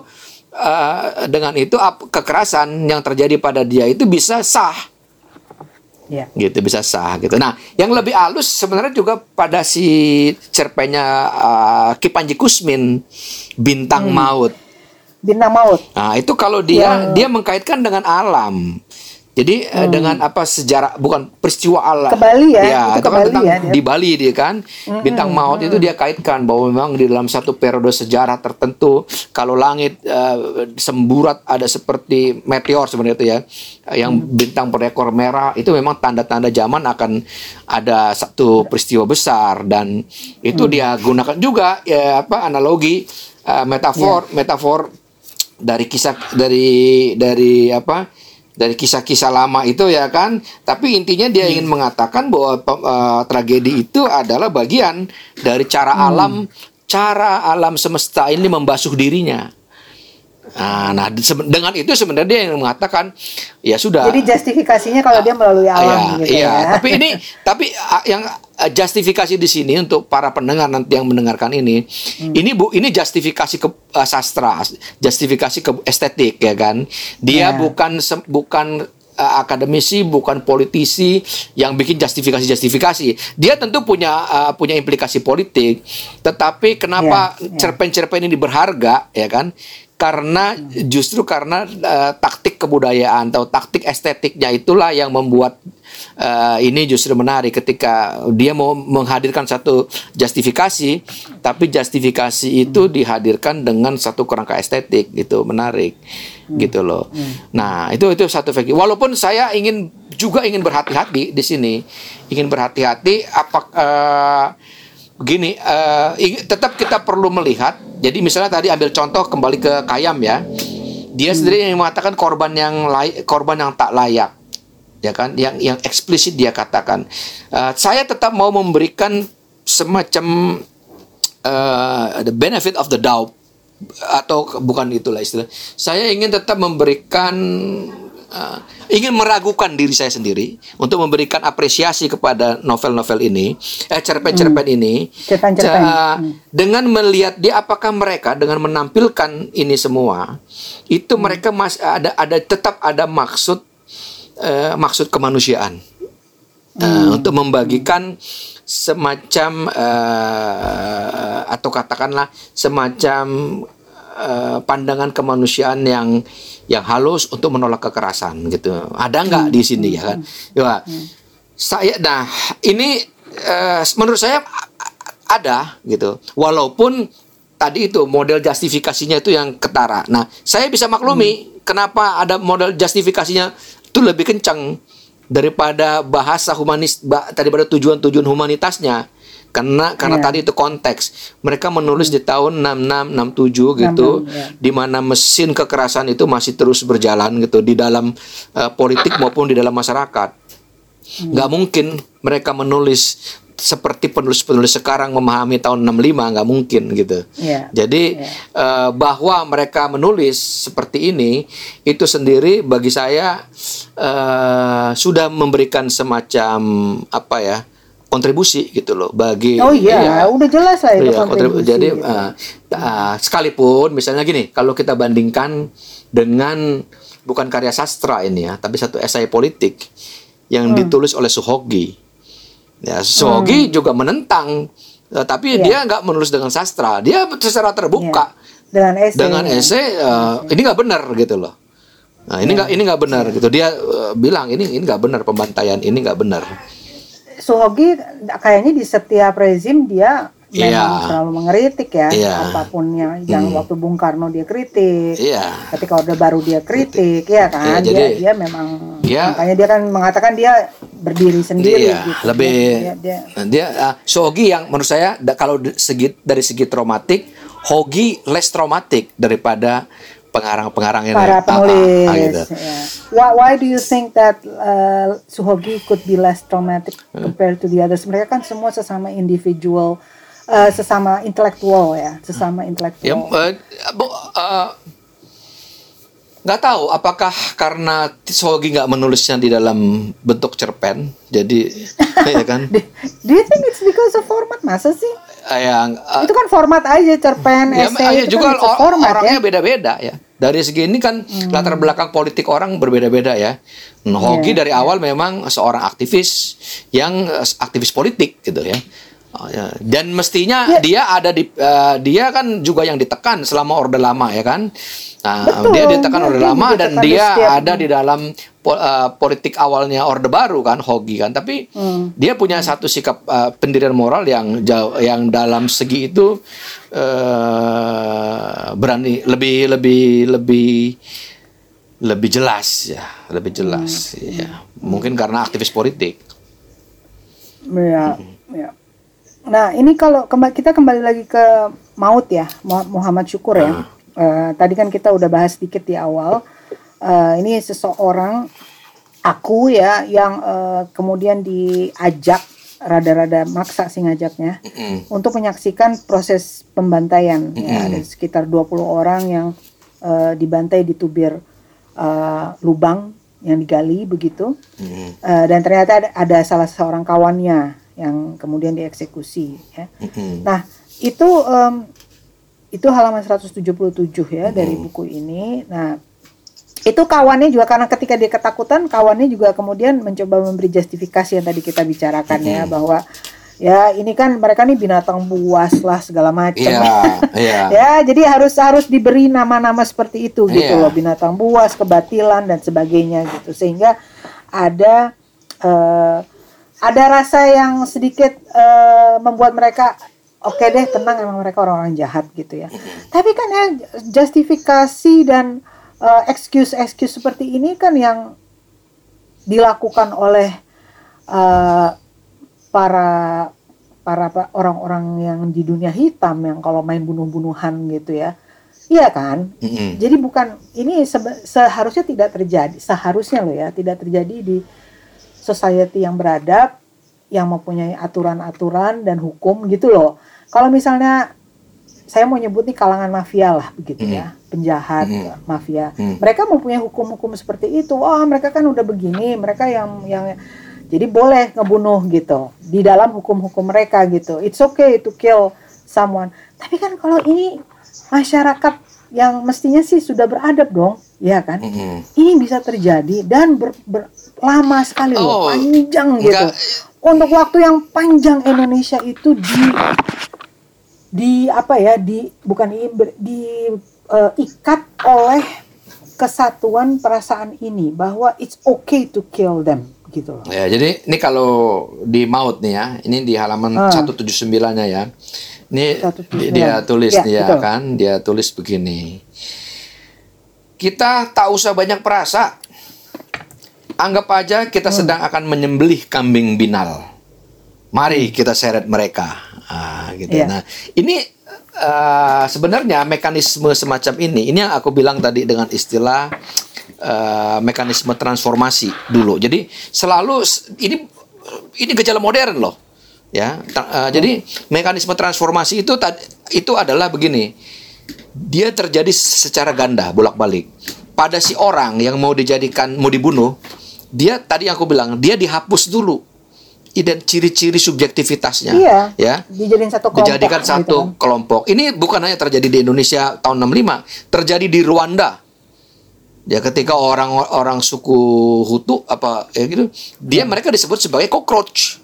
kekerasan yang terjadi pada dia itu bisa sah. Gitu, bisa sah gitu. Nah, yang lebih halus sebenarnya juga pada si cerpennya Ki Panji Kusmin, Bintang Maut. Nah, itu kalau dia mengkaitkan dengan alam. Jadi dengan sejarah, bukan peristiwa alam. Ke Bali ya. Itu kan tentang di Bali dia kan. Bintang maut itu dia kaitkan bahwa memang di dalam satu periode sejarah tertentu, kalau langit semburat ada seperti meteor sebenarnya itu ya, yang bintang berekor merah, itu memang tanda-tanda zaman akan ada satu peristiwa besar, dan itu dia gunakan juga analogi metafor dari kisah dari dari kisah-kisah lama itu ya kan. Tapi intinya dia ingin mengatakan bahwa tragedi itu adalah bagian dari cara alam semesta ini membasuh dirinya. Nah, dengan itu sebenarnya dia yang mengatakan ya sudah. Jadi justifikasinya kalau dia melalui alam gitu ya. Tapi yang justifikasi di sini untuk para pendengar nanti yang mendengarkan ini justifikasi ke sastra, justifikasi ke estetik ya kan. Dia bukan akademisi, bukan politisi yang bikin justifikasi. Dia tentu punya implikasi politik. Tetapi kenapa cerpen-cerpen ini berharga ya kan? Justru karena taktik kebudayaan atau taktik estetiknya itulah yang membuat ini justru menarik ketika dia mau menghadirkan satu justifikasi, tapi justifikasi itu dihadirkan dengan satu kerangka estetik gitu, menarik gitu loh. Nah, itu satu faktor. Walaupun saya ingin berhati-hati di sini, begini, tetap kita perlu melihat. Jadi misalnya tadi ambil contoh kembali ke Khayyam ya, dia sendiri yang mengatakan korban yang tak layak, ya kan, yang eksplisit dia katakan. Saya tetap mau memberikan semacam the benefit of the doubt, atau bukan itulah istilah. Saya ingin tetap memberikan ingin meragukan diri saya sendiri untuk memberikan apresiasi kepada novel-novel ini, cerpen-cerpen ini, dengan melihat dia apakah mereka dengan menampilkan ini semua itu mereka masih tetap ada maksud kemanusiaan, untuk membagikan semacam atau katakanlah semacam pandangan kemanusiaan yang halus untuk menolak kekerasan gitu. Ada nggak di sini ya kan? Ini menurut saya ada gitu. Walaupun tadi itu model justifikasinya itu yang ketara. Nah, saya bisa maklumi kenapa ada model justifikasinya itu lebih kencang daripada bahasa humanis, daripada tujuan-tujuan humanitasnya. Karena tadi itu konteks. Mereka menulis di tahun 66, 67 gitu, di mana mesin kekerasan itu masih terus berjalan gitu di dalam politik maupun di dalam masyarakat. Nggak mungkin mereka menulis seperti penulis-penulis sekarang memahami tahun 65, nggak mungkin gitu. Jadi bahwa mereka menulis seperti ini itu sendiri bagi saya sudah memberikan semacam kontribusi gitu loh bagi. Udah jelas lah itu kontribusi. Jadi sekalipun misalnya gini, kalau kita bandingkan dengan bukan karya sastra ini ya, tapi satu esai politik yang ditulis oleh Suhogi. Ya, Suhogi juga menentang, tapi dia nggak menulis dengan sastra, dia secara terbuka dengan esai. Ini nggak benar gitu loh. Nah, ini nggak benar gitu. Dia bilang ini nggak benar, pembantaian ini nggak benar. Suhogi kayaknya di setiap rezim dia memang selalu mengkritik ya, apapun yang waktu Bung Karno dia kritik, ketika Orde Baru dia kritik, ya kan, dia memang makanya dia kan mengatakan dia berdiri sendiri gitu. Suhogi yang menurut saya kalau dari segi traumatik, Hogi less traumatik daripada pengarang-pengarang ini, para penulis. Gitu. Why do you think that Suhogi could be less traumatic compared to the others? Mereka kan semua sesama individual, sesama intelektual ya, nggak tahu apakah karena Suhogi nggak menulisnya di dalam bentuk cerpen, jadi ya kan? Do you think it's because of format? Masa sih? Itu kan format aja, cerpen, essay itu juga kan format orangnya beda-beda ya. Dari segi ini kan latar belakang politik orang berbeda-beda ya. Hogi dari awal memang seorang aktivis yang aktivis politik gitu ya. Dan mestinya dia ada dia kan juga yang ditekan selama Orde Lama ya kan. Nah, dia ditekan Orde Lama dan dia ada di dalam politik awalnya Orde Baru kan, Hogi kan. Tapi dia punya satu sikap pendirian moral yang dalam segi itu berani lebih jelas ya, ya. Mungkin karena aktivis politik. Ya. Nah, ini kalau kita kembali lagi ke Maut ya, Muhammad Syukur ya. Tadi kan kita udah bahas sedikit di awal. ini seseorang, aku ya, yang kemudian diajak, rada-rada maksa sih ngajaknya, untuk menyaksikan proses pembantaian. Ya, ada sekitar 20 orang yang dibantai di tubir lubang yang digali begitu. Dan ternyata ada salah seorang kawannya yang kemudian dieksekusi. Ya. Nah, itu halaman 177 ya dari buku ini. Nah, itu kawannya juga, karena ketika dia ketakutan, kawannya juga kemudian mencoba memberi justifikasi yang tadi kita bicarakan ya, bahwa ya ini kan mereka nih binatang buas lah segala macam. Ya, jadi harus diberi nama-nama seperti itu gitu loh, binatang buas, kebatilan dan sebagainya gitu, sehingga ada rasa yang sedikit membuat mereka oke deh, tenang, emang mereka orang-orang jahat gitu ya. Tapi kan ya justifikasi dan excuse seperti ini kan yang dilakukan oleh para orang-orang yang di dunia hitam yang kalau main bunuh-bunuhan gitu ya. Iya kan? Jadi bukan, ini seharusnya tidak terjadi, seharusnya loh ya, tidak terjadi di society yang beradab, yang mempunyai aturan-aturan dan hukum gitu loh. Kalau misalnya saya mau nyebut nih kalangan mafia lah begitu ya, penjahat, mafia. Mereka mempunyai hukum-hukum seperti itu. Oh, mereka kan udah begini, mereka yang jadi boleh ngebunuh gitu di dalam hukum-hukum mereka gitu. It's okay to kill someone. Tapi kan kalau ini masyarakat yang mestinya sih sudah beradab dong, ya kan? Ini bisa terjadi dan lama sekali loh, panjang gitu. Untuk waktu yang panjang Indonesia itu diikat oleh kesatuan perasaan ini bahwa it's okay to kill them gitu loh. Ya, jadi ini kalau di Maut nih ya, ini di halaman 179-nya ya. Ini 179. Dia tulis ya, kan, dia tulis begini. Kita tak usah banyak perasa. Anggap aja kita sedang akan menyembelih kambing binal. Mari kita seret mereka. Gitu. Nah, ini sebenarnya mekanisme semacam ini yang aku bilang tadi dengan istilah mekanisme transformasi dulu. Jadi selalu ini gejala modern loh, ya. Jadi mekanisme transformasi itu adalah begini. Dia terjadi secara ganda, bolak-balik. Pada si orang yang mau dibunuh, dia tadi yang aku bilang, dia dihapus dulu ciri-ciri subjektivitasnya, ya, dijadikan satu kelompok. Ini bukan hanya terjadi di Indonesia tahun 65, terjadi di Rwanda. Ya, ketika orang suku Hutu mereka disebut sebagai cockroach.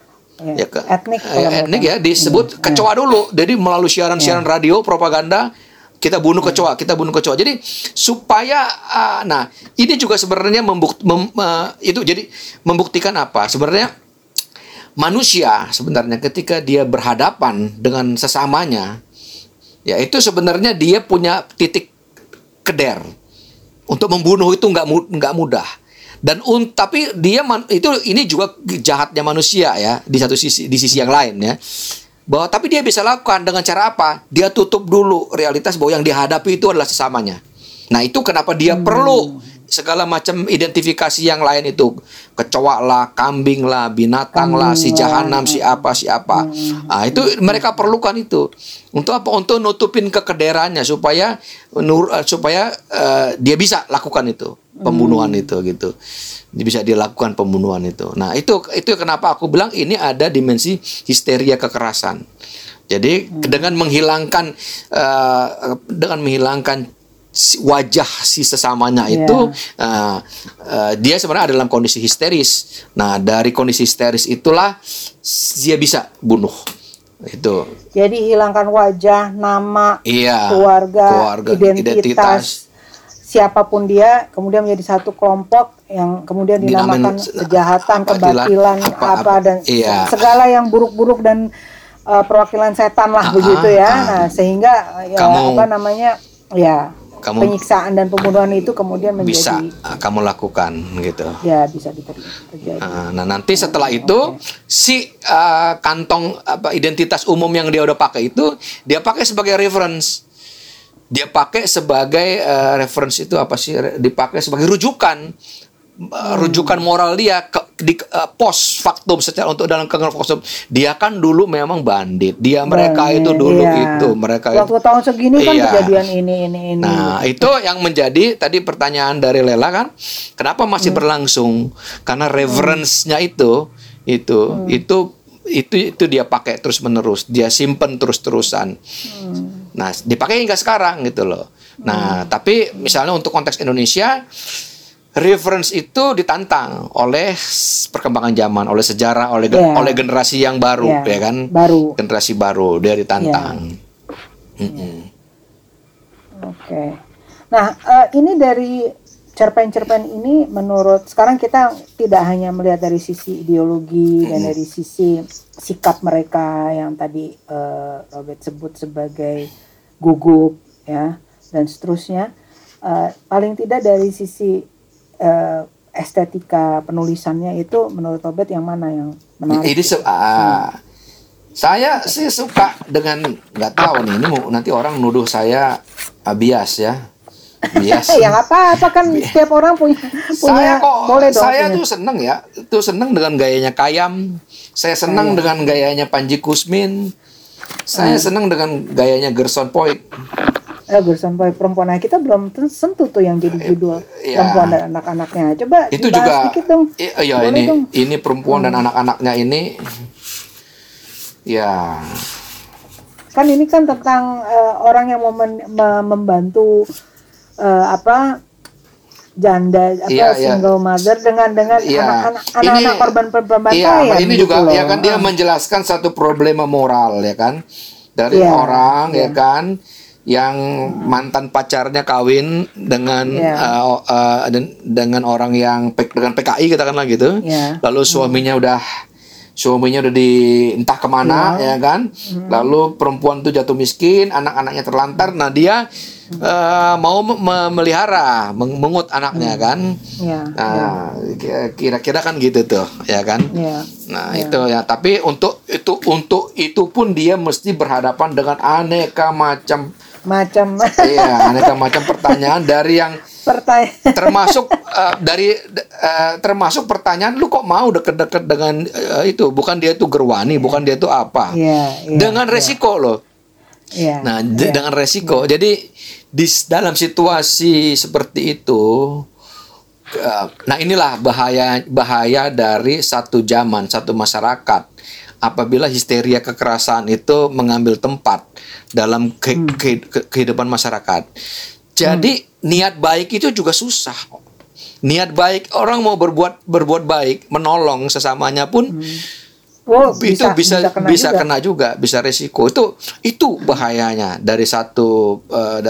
Etnik ya, disebut kecoa dulu. Jadi melalui siaran radio propaganda, kita bunuh kecoa. Jadi supaya ini juga sebenarnya membuktikan apa? Sebenarnya manusia sebenarnya ketika dia berhadapan dengan sesamanya, ya itu sebenarnya dia punya titik keder untuk membunuh itu nggak mudah. Dan tapi ini juga jahatnya manusia ya di sisi yang lain ya. Tapi dia bisa lakukan dengan cara apa? Dia tutup dulu realitas bahwa yang dihadapi itu adalah sesamanya. Nah, itu kenapa dia perlu segala macam identifikasi yang lain itu, kecoa lah, kambing lah, binatang lah, si jahanam, si apa. Itu mereka perlukan itu untuk apa? Untuk nutupin kekederannya supaya dia bisa lakukan itu pembunuhan itu gitu. Dia bisa dilakukan pembunuhan itu. Nah, itu kenapa aku bilang ini ada dimensi histeria kekerasan. Jadi dengan menghilangkan wajah si sesamanya itu, dia sebenarnya ada dalam kondisi histeris. Nah, dari kondisi histeris itulah dia bisa bunuh. Itu. Jadi hilangkan wajah, nama, keluarga, identitas, siapapun dia, kemudian menjadi satu kelompok yang kemudian dinamakan kejahatan, kebatilan, dan segala yang buruk-buruk dan perwakilan setan lah begitu ya. Nah, sehingga penyiksaan dan pembunuhan itu kemudian menjadi bisa kamu lakukan gitu. Ya, bisa terjadi. Nah, nanti setelah itu si kantong identitas umum yang dia udah pakai itu dia pakai sebagai reference. dia pakai sebagai reference itu apa sih? Dipakai sebagai rujukan. Rujukan moral dia di post factum secara untuk dalam kengel faktum dia kan dulu memang bandit mereka itu dulu itu mereka waktu tahun segini kan kejadian ini. Nah itu yang menjadi tadi pertanyaan dari Lela kan kenapa masih berlangsung karena reverence-nya itu dia pakai terus menerus dia simpen terus terusan nah dipakai hingga sekarang gitu loh. Nah tapi misalnya untuk konteks Indonesia reference itu ditantang oleh perkembangan zaman, oleh sejarah, oleh generasi yang baru, ya kan? Generasi baru dia ditantang. Oke. Nah, ini dari cerpen-cerpen ini menurut sekarang kita tidak hanya melihat dari sisi ideologi dan dari sisi sikap mereka yang tadi Robert sebut sebagai gugup, ya, dan seterusnya. Paling tidak dari sisi estetika penulisannya itu menurut Robert yang mana yang menarik? Ini saya sih suka dengan nggak tahu nih ini nanti orang nuduh saya bias ya. Bias. Ya apa kan setiap orang punya boleh dong. Saya tuh seneng ya, seneng dengan gayanya Kayam. Saya senang dengan gayanya Panji Kusmin. Saya senang dengan gayanya Gerson Poik. Gerson Poik perempuan. Nah, kita belum tentu tuh yang jadi judul perempuan dan anak-anaknya. Coba itu juga dikit dong. Ini perempuan dan anak-anaknya ini ya. Kan ini kan tentang orang yang mau membantu janda single mother dengan anak-anak korban pembantaian. Ini juga ya kan dia menjelaskan satu problema moral ya kan dari orang ya kan yang mantan pacarnya kawin dengan dengan orang yang dengan PKI katakanlah gitu. Lalu suaminya udah di entah kemana ya kan. Lalu perempuan itu jatuh miskin, anak-anaknya terlantar. Nah dia mau memelihara, mengut anaknya kan. Kira-kira kan gitu tuh, ya kan. Itu ya. Tapi untuk itu pun dia mesti berhadapan dengan aneka macam pertanyaan dari yang termasuk pertanyaan lu kok mau deket-deket dengan itu, bukan dia itu gerwani, bukan dia itu apa, dengan resiko loh. Dengan resiko. Jadi di dalam situasi seperti itu, nah inilah bahaya dari satu zaman, satu masyarakat. Apabila histeria kekerasan itu mengambil tempat dalam kehidupan masyarakat. Jadi niat baik itu juga susah. Niat baik, orang mau berbuat baik, menolong sesamanya pun itu bisa kena juga, bisa resiko. Itu bahayanya dari satu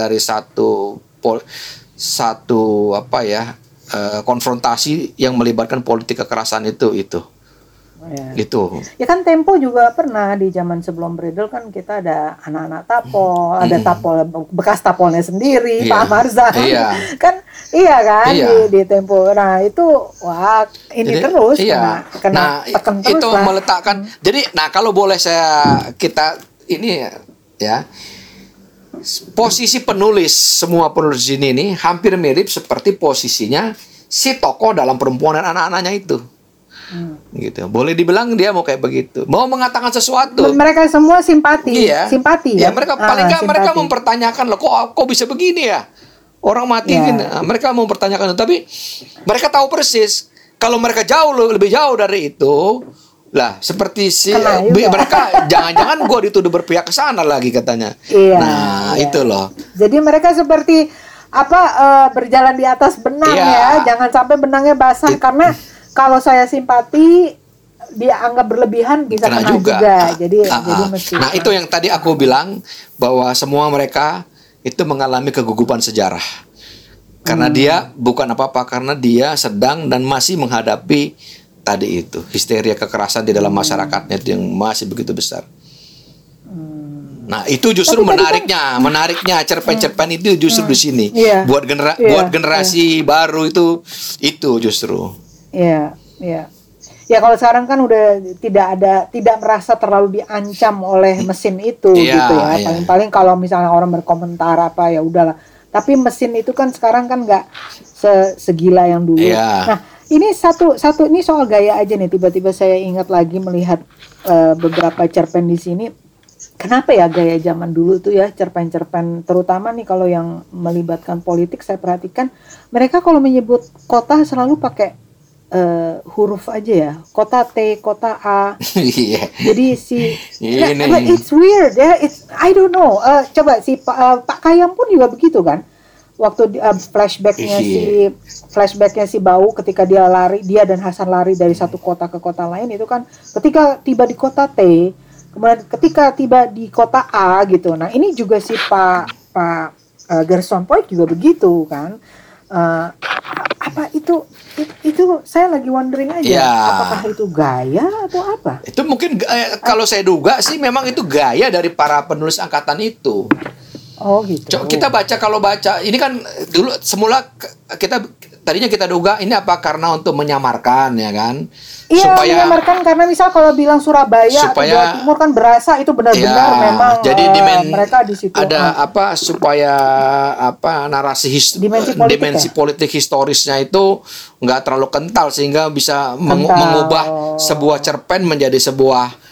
konfrontasi yang melibatkan politik kekerasan itu. Gitu. Ya kan Tempo juga pernah di zaman sebelum Bredel kan kita ada anak-anak tapol, ada tapol bekas tapolnya sendiri, Pak Marza. Kan di Tempo. Nah, itu terus kena tekan terus itu lah. Meletakkan. Jadi kalau boleh kita ini ya. Posisi semua penulis ini hampir mirip seperti posisinya si tokoh dalam Perempuan dan Anak-anaknya itu. Gitu. Boleh dibilang dia mau kayak begitu. Mau mengatakan sesuatu. Mereka semua simpati. Simpati ya. Mereka paling nggak mereka mempertanyakan loh, kok bisa begini ya? Orang mati mereka mau mempertanyakan, tapi mereka tahu persis kalau mereka lebih jauh dari itu. Lah, seperti mereka jangan-jangan gue dituduh berpihak ke sana lagi katanya. Itu loh. Jadi mereka seperti berjalan di atas benang ya. Jangan sampai benangnya basah karena kalau saya simpati dianggap berlebihan bisa kena juga. Jadi mesti. Nah, itu yang tadi aku bilang bahwa semua mereka itu mengalami kegugupan sejarah. Karena dia bukan apa-apa, karena dia sedang dan masih menghadapi tadi itu histeria kekerasan di dalam masyarakatnya yang masih begitu besar. Nah, itu justru menariknya cerpen-cerpen itu justru di sini. Buat generasi baru itu justru. Iya. Ya kalau sekarang kan udah tidak merasa terlalu diancam oleh mesin itu gitu ya. Paling-paling kalau misalnya orang berkomentar apa ya udahlah. Tapi mesin itu kan sekarang kan nggak segila yang dulu. Nah, ini satu ini soal gaya aja nih. Tiba-tiba saya ingat lagi melihat beberapa cerpen di sini. Kenapa ya gaya zaman dulu tuh ya cerpen-cerpen, terutama nih kalau yang melibatkan politik, saya perhatikan mereka kalau menyebut kota selalu pakai huruf aja ya, kota T, kota A. Jadi but it's weird ya, I don't know. Coba Pak Kayam pun juga begitu kan, waktu flashbacknya si Bau ketika dia dan Hasan lari dari satu kota ke kota lain itu kan, ketika tiba di kota T, kemudian ketika tiba di kota A gitu. Nah ini juga si Pak Gerson Poik juga begitu kan. Apa itu saya lagi wondering aja, apakah itu gaya atau apa? Itu mungkin kalau saya duga sih memang itu gaya dari para penulis angkatan itu. Oh gitu. Kita kalau baca ini kan dulu semula tadinya kita duga ini apa karena untuk menyamarkan ya kan? Iya, menyamarkan karena misal kalau bilang Surabaya atau Jawa Timur kan berasa itu benar-benar memang jadi mereka di situ. Ada supaya narasi dimensi politik historisnya itu nggak terlalu kental sehingga bisa mengubah sebuah cerpen menjadi sebuah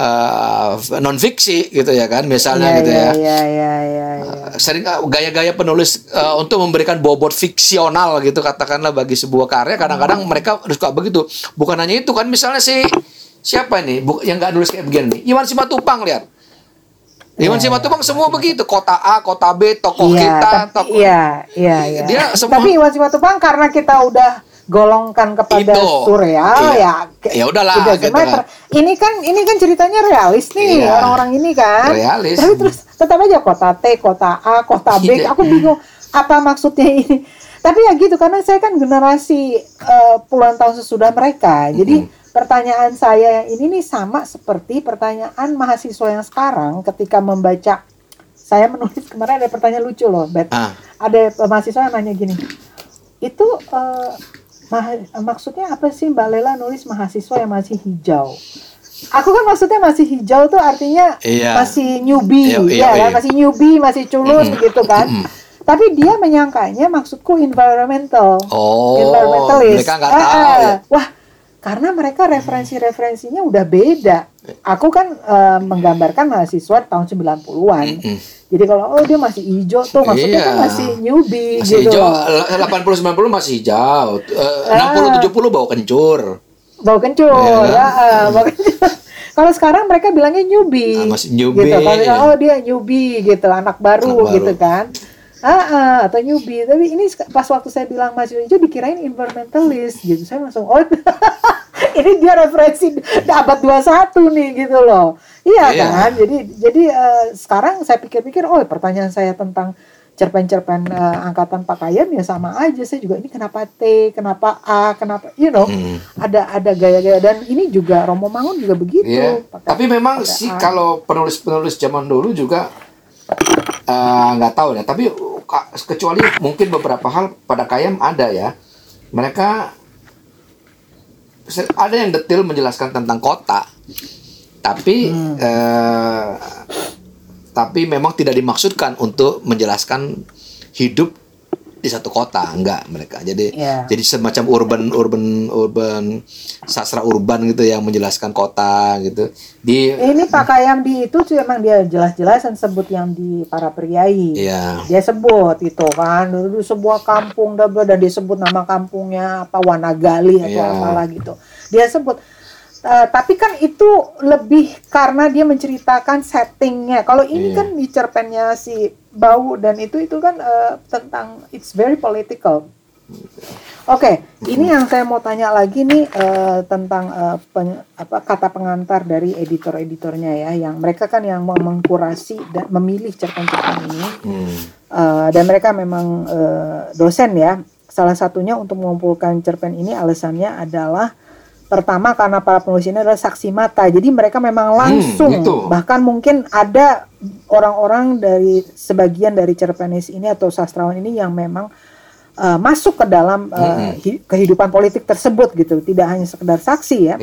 non fiksi gitu ya kan, misalnya gitu ya. Sering gaya-gaya penulis untuk memberikan bobot fiksional gitu katakanlah bagi sebuah karya, kadang-kadang mereka suka begitu. Bukan hanya itu kan, misalnya siapa ini yang nggak nulis kayak begini nih, Iwan Simatupang, lihat. Iwan Simatupang semua begitu, kota A, kota B, tokoh kita, tokoh. Dia semua. Tapi Iwan Simatupang karena kita udah golongkan kepada surreal ya udahlah gitu kan. Ini kan ceritanya realis nih, orang-orang ini kan realis. Tapi terus tetap aja kota T, kota A, kota B. Aku bingung apa maksudnya ini. Tapi ya gitu, karena saya kan generasi puluhan tahun sesudah mereka. Jadi pertanyaan saya yang ini nih sama seperti pertanyaan mahasiswa yang sekarang ketika membaca. Saya menulis kemarin ada pertanyaan lucu loh, ada mahasiswa yang nanya gini, itu maksudnya apa sih Mbak Lela nulis mahasiswa yang masih hijau? Aku kan maksudnya masih hijau tuh artinya masih newbie, masih newbie, masih culun gitu kan. Tapi dia menyangkanya maksudku environmentalist. Mereka nggak tahu. Wah, karena mereka referensinya udah beda. Aku kan menggambarkan mahasiswa tahun 90-an. Jadi kalau dia masih hijau tuh maksudnya kan masih newbie masih gitu. Hijau, 80-90 masih hijau. 60-70 bau kencur. Bau kencur. Kalau sekarang mereka bilangnya newbie. Masih newbie. Gitu. Kalau dia newbie gitu, anak baru gitu kan. Atau newbie. Tapi ini pas waktu saya bilang mahasiswa hijau dikirain environmentalist gitu. Saya langsung ini dia referensi abad 21 nih gitu loh. Iya kan? Jadi sekarang saya pikir-pikir, pertanyaan saya tentang cerpen-cerpen angkatan Pak Kayam ya sama aja. Saya juga ini kenapa T, kenapa A, kenapa ada gaya-gaya, dan ini juga Romo Mangun juga begitu. Tapi memang sih kalau penulis-penulis zaman dulu juga nggak tahu ya. Tapi kecuali mungkin beberapa hal pada Kayam ada ya. Mereka ada yang detail menjelaskan tentang kota, tapi memang tidak dimaksudkan untuk menjelaskan hidup di satu kota, enggak mereka. Jadi semacam urban sastra urban gitu yang menjelaskan kota gitu. Ini Pak Kayam di itu memang dia jelas-jelasan sebut yang di para priai. Dia sebut itu kan dulu sebuah kampung dan dia sebut nama kampungnya apa, Wanagali atau apalah gitu. Dia sebut. Tapi kan itu lebih karena dia menceritakan settingnya. Kalau ini kan di cerpennya si Bau dan itu kan tentang it's very political. Oke, ini yang saya mau tanya lagi nih tentang kata pengantar dari editor-editornya ya, yang mereka kan yang mengkurasi dan memilih cerpen-cerpen ini. Dan mereka memang dosen ya. Salah satunya untuk mengumpulkan cerpen ini alasannya adalah pertama karena para penulis ini adalah saksi mata, jadi mereka memang langsung bahkan mungkin ada orang-orang dari sebagian dari cerpenis ini atau sastrawan ini yang memang masuk ke dalam kehidupan politik tersebut gitu, tidak hanya sekedar saksi ya.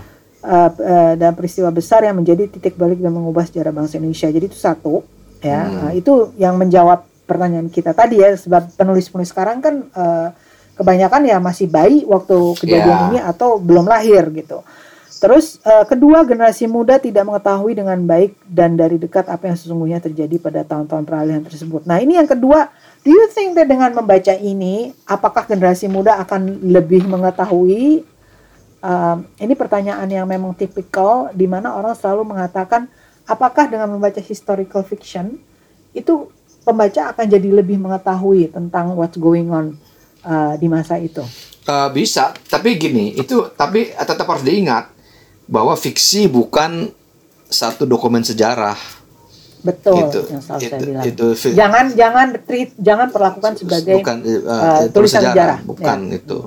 Dan peristiwa besar yang menjadi titik balik dan mengubah sejarah bangsa Indonesia. Jadi itu satu ya. Itu yang menjawab pertanyaan kita tadi ya, sebab penulis-penulis sekarang kan kebanyakan ya masih bayi waktu kejadian ini atau belum lahir gitu. Terus kedua, generasi muda tidak mengetahui dengan baik dan dari dekat apa yang sesungguhnya terjadi pada tahun-tahun peralihan tersebut. Nah ini yang kedua, do you think that dengan membaca ini, apakah generasi muda akan lebih mengetahui? Ini pertanyaan yang memang tipikal, di mana orang selalu mengatakan, apakah dengan membaca historical fiction, itu pembaca akan jadi lebih mengetahui tentang what's going on di masa itu? Bisa, tapi gini, tapi tetap harus diingat bahwa fiksi bukan satu dokumen sejarah. Betul, yang selalu saya bilang. Jangan perlakukan sebagai tulisan sejarah. Bukan itu.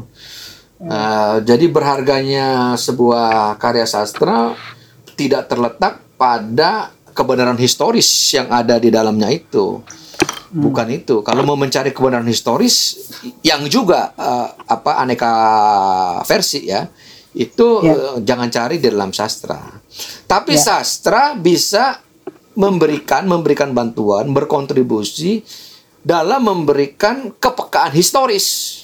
Jadi berharganya sebuah karya sastra tidak terletak pada kebenaran historis yang ada di dalamnya itu. Bukan itu. Kalau mau mencari kebenaran historis yang juga aneka versi ya, itu jangan cari di dalam sastra. Tapi sastra bisa memberikan bantuan, berkontribusi dalam memberikan kepekaan historis.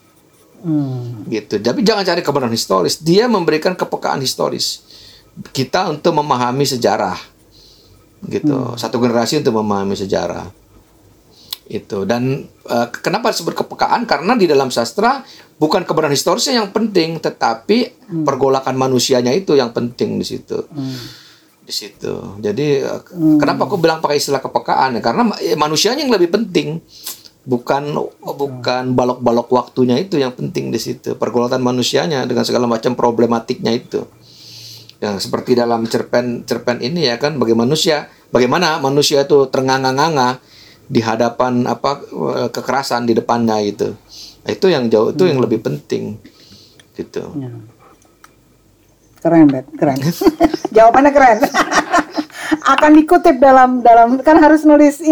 Gitu. Tapi jangan cari kebenaran historis. Dia memberikan kepekaan historis kita untuk memahami sejarah. Gitu. Satu generasi untuk memahami sejarah. Itu. Dan kenapa disebut kepekaan? Karena di dalam sastra bukan kebenaran historisnya yang penting, tetapi pergolakan manusianya itu yang penting di situ. Di situ. Jadi kenapa aku bilang pakai istilah kepekaan? Karena manusianya yang lebih penting. Bukan balok-balok waktunya itu yang penting di situ. Pergolatan manusianya dengan segala macam problematiknya itu. Yang seperti dalam cerpen ini ya kan, bagaimana manusia itu ternganga-nganga di hadapan kekerasan di depannya itu. Itu yang itu yang lebih penting. Gitu. Keren, Bet. Keren. Jawabannya keren. Akan dikutip dalam kan harus nulis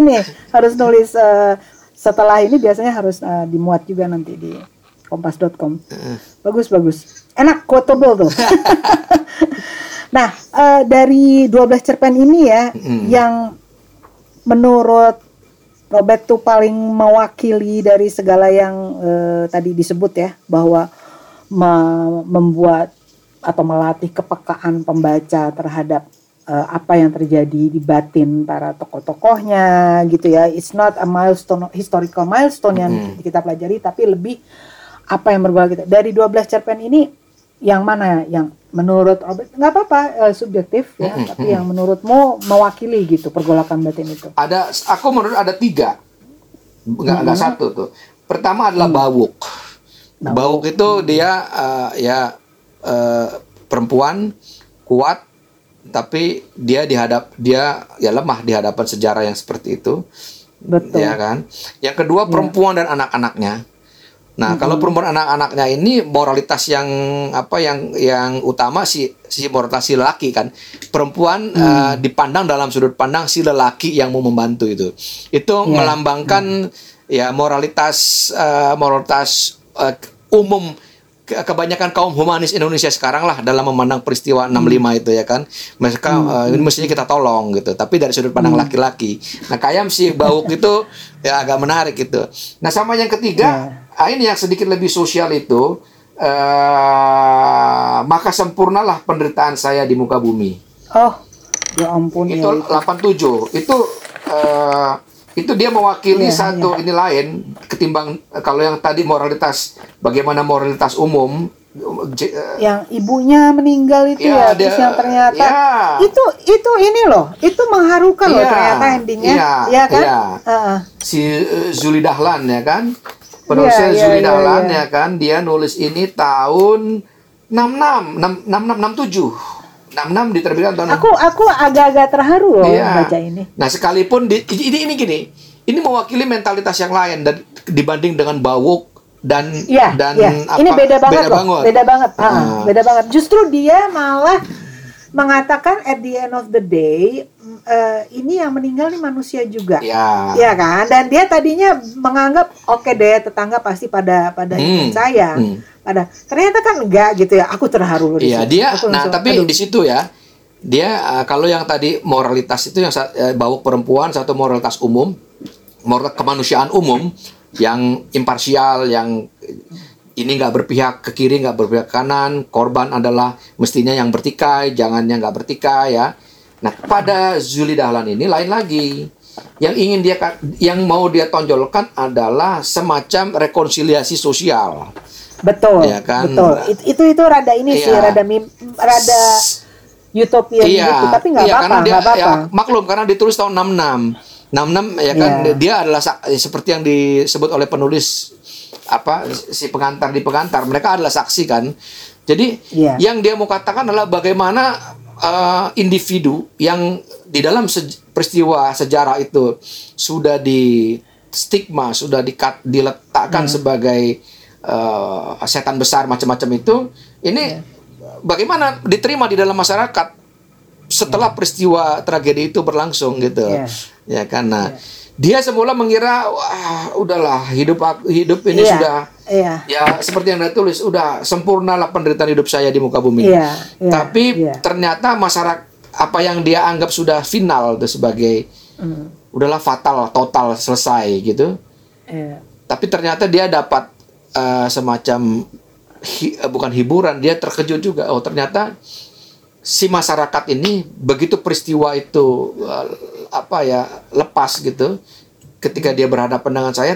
setelah ini biasanya harus dimuat juga nanti di kompas.com. Bagus. Enak, quotable tuh. Nah, dari 12 cerpen ini ya, yang menurut Robert tuh paling mewakili dari segala yang tadi disebut ya, bahwa membuat atau melatih kepekaan pembaca terhadap apa yang terjadi di batin para tokoh-tokohnya gitu ya. It's not a historical milestone yang kita pelajari, tapi lebih apa yang berguna kita. Dari 12 cerpen ini, yang mana yang menurut Robert, nggak apa-apa subjektif ya, tapi yang menurutmu mewakili gitu pergolakan batin itu? Aku menurut ada 3, nggak satu tuh. Pertama adalah Bawuk. Bawuk itu dia perempuan kuat, tapi dia lemah di hadapan sejarah yang seperti itu. Betul. Ya kan? Yang kedua perempuan dan anak-anaknya. Nah, kalau perempuan anak-anaknya ini moralitas yang utama si moralitas si lelaki kan. Perempuan dipandang dalam sudut pandang si lelaki yang mau membantu itu. Itu melambangkan moralitas umum kebanyakan kaum humanis Indonesia sekarang lah dalam memandang peristiwa 65 itu ya kan. Mereka ini mestinya kita tolong gitu, tapi dari sudut pandang laki-laki. Nah, kayak si Bawuk itu ya agak menarik gitu. Nah, sama yang ketiga, ini yang sedikit lebih sosial itu, maka sempurnalah penderitaan saya di muka bumi. Oh, ya ampun. Itu 87. Itu dia mewakili ini lain ketimbang kalau yang tadi moralitas, bagaimana moralitas umum yang ibunya meninggal itu terus yang ternyata itu ini loh, itu mengharukan loh ternyata endingnya kan. Si Zuli Dahlan ya kan, penulisnya Zuli Dahlan ya kan, dia nulis ini tahun 67 diterbitkan tahun. Aku agak-agak terharu loh baca ini. Nah, sekalipun ini gini, ini mewakili mentalitas yang lain dan dibanding dengan Bawuk dan ini beda banget. Justru dia malah mengatakan at the end of the day ini yang meninggal nih manusia juga, Ya. ya kan? Dan dia tadinya menganggap oke deh, tetangga pasti pada ingin saya, ternyata kan enggak gitu ya. Aku terharu loh. Iya, dia. Nah, langsung, tapi di situ ya, dia kalau yang tadi moralitas itu yang bawa perempuan, satu moralitas umum, moral kemanusiaan umum yang imparsial, yang ini nggak berpihak ke kiri, nggak berpihak ke kanan, korban adalah mestinya yang bertikai, jangannya nggak bertikai ya. Nah, pada Zuli Dahlan ini lain lagi. Yang mau dia tonjolkan adalah semacam rekonsiliasi sosial. Betul, ya kan? Betul. Itu rada ini sih, rada utopia gitu, tapi nggak apa-apa. Ya, maklum karena ditulis tahun 66 ya kan, dia adalah seperti yang disebut oleh penulis si pengantar di pengantar, mereka adalah saksi kan. Jadi yang dia mau katakan adalah bagaimana individu yang di dalam peristiwa sejarah itu sudah di stigma, sudah diletakkan sebagai setan besar macam-macam itu, ini bagaimana diterima di dalam masyarakat setelah peristiwa tragedi itu berlangsung gitu. Ya karena dia semula mengira wah udahlah hidup ini sudah ya seperti yang dia tulis, udah sempurnalah penderitaan hidup saya di muka bumi. Tapi ternyata masyarakat apa yang dia anggap sudah final itu sebagai udahlah fatal, total, selesai gitu. Tapi ternyata dia dapat semacam bukan hiburan, dia terkejut juga. Oh ternyata si masyarakat ini begitu peristiwa itu lepas gitu, ketika dia berhadapan dengan saya,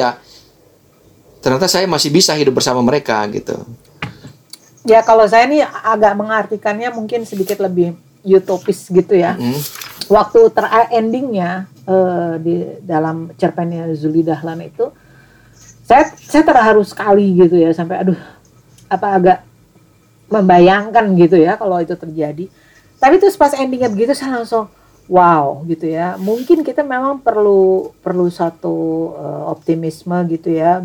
ternyata saya masih bisa hidup bersama mereka gitu. Ya kalau saya ini agak mengartikannya mungkin sedikit lebih utopis gitu ya. Waktu endingnya di dalam cerpennya Zuli Dahlan itu, saya terharu sekali gitu ya, sampai agak membayangkan gitu ya kalau itu terjadi. Tapi terus pas endingnya begitu saya langsung wow gitu ya. Mungkin kita memang perlu satu optimisme gitu ya.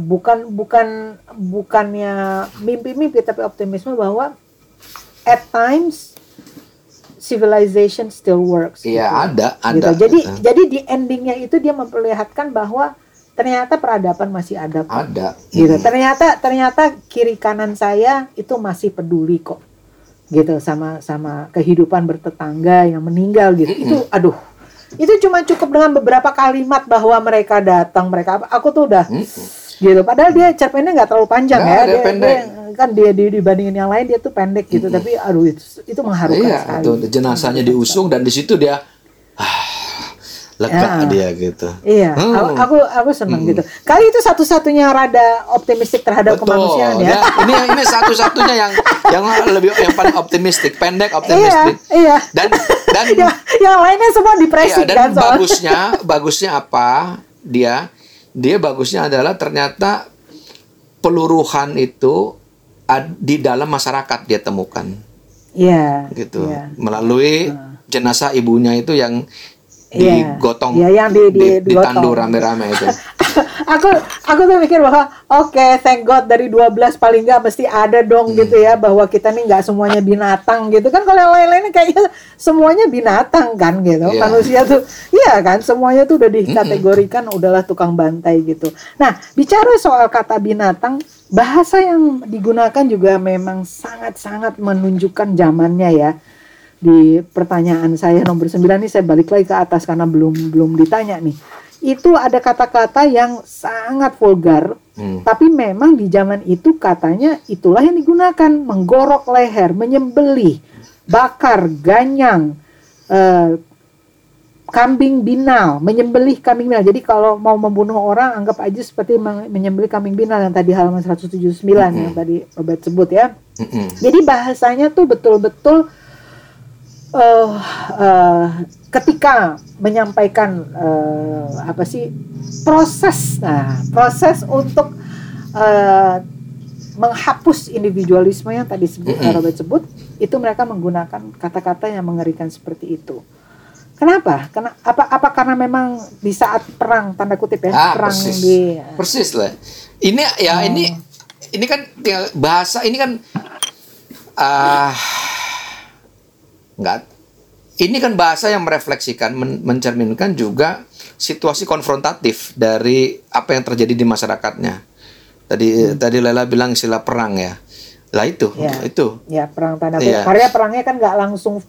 Bukannya mimpi-mimpi, tapi optimisme bahwa at times civilization still works. Iya, gitu. ada. Gitu. Jadi di endingnya itu dia memperlihatkan bahwa ternyata peradaban masih ada kok. Ada. Gitu. Ternyata kiri kanan saya itu masih peduli kok. Gitu sama kehidupan bertetangga yang meninggal gitu. Itu cuma cukup dengan beberapa kalimat bahwa mereka datang, aku tuh udah gitu. Padahal dia cerpennya nggak terlalu panjang dia dibandingin yang lain dia tuh pendek gitu. Tapi itu mengharukan sekali. Itu jenazahnya diusung dan di situ dia lega dia gitu. Iya, aku senang gitu. Kali itu satu-satunya rada optimistik terhadap kemanusiaan ya. Ini satu-satunya yang paling optimistik, pendek optimistik. Iya. Dan yang lainnya semua depresi dan bagusnya apa? Dia bagusnya adalah ternyata peluruhan itu di dalam masyarakat dia temukan. Iya. Gitu. Melalui jenazah ibunya itu yang digotong, yang ditandur rame-rame itu. aku tuh mikir bahwa thank God dari 12 paling nggak mesti ada dong gitu ya, bahwa kita nih nggak semuanya binatang gitu kan. Kalau yang lain-lainnya kayaknya semuanya binatang kan gitu. Manusia tuh kan semuanya tuh udah dikategorikan udahlah tukang bantai gitu. Nah, bicara soal kata binatang, bahasa yang digunakan juga memang sangat-sangat menunjukkan zamannya ya. Di pertanyaan saya nomor 9 nih, saya balik lagi ke atas karena belum ditanya nih. Itu ada kata-kata yang sangat vulgar, tapi memang di zaman itu katanya itulah yang digunakan. Menggorok leher, menyembelih, bakar, ganyang, kambing binal, menyembelih kambing binal. Jadi kalau mau membunuh orang, anggap aja seperti menyembelih kambing binal yang tadi halaman 179 yang tadi Robert sebut ya. Jadi bahasanya tuh betul-betul ketika menyampaikan proses untuk menghapus individualisme yang tadi Robert sebut, itu mereka menggunakan kata-kata yang mengerikan seperti itu. Kenapa? Apa karena memang di saat perang, tanda kutip ya, perang persis lah. Ini kan bahasa ini kan ini kan bahasa yang merefleksikan, mencerminkan juga situasi konfrontatif dari apa yang terjadi di masyarakatnya. Tadi Lela bilang istilah perang ya. Lah itu. Ya, perang tanda kutip. Karena perangnya kan nggak langsung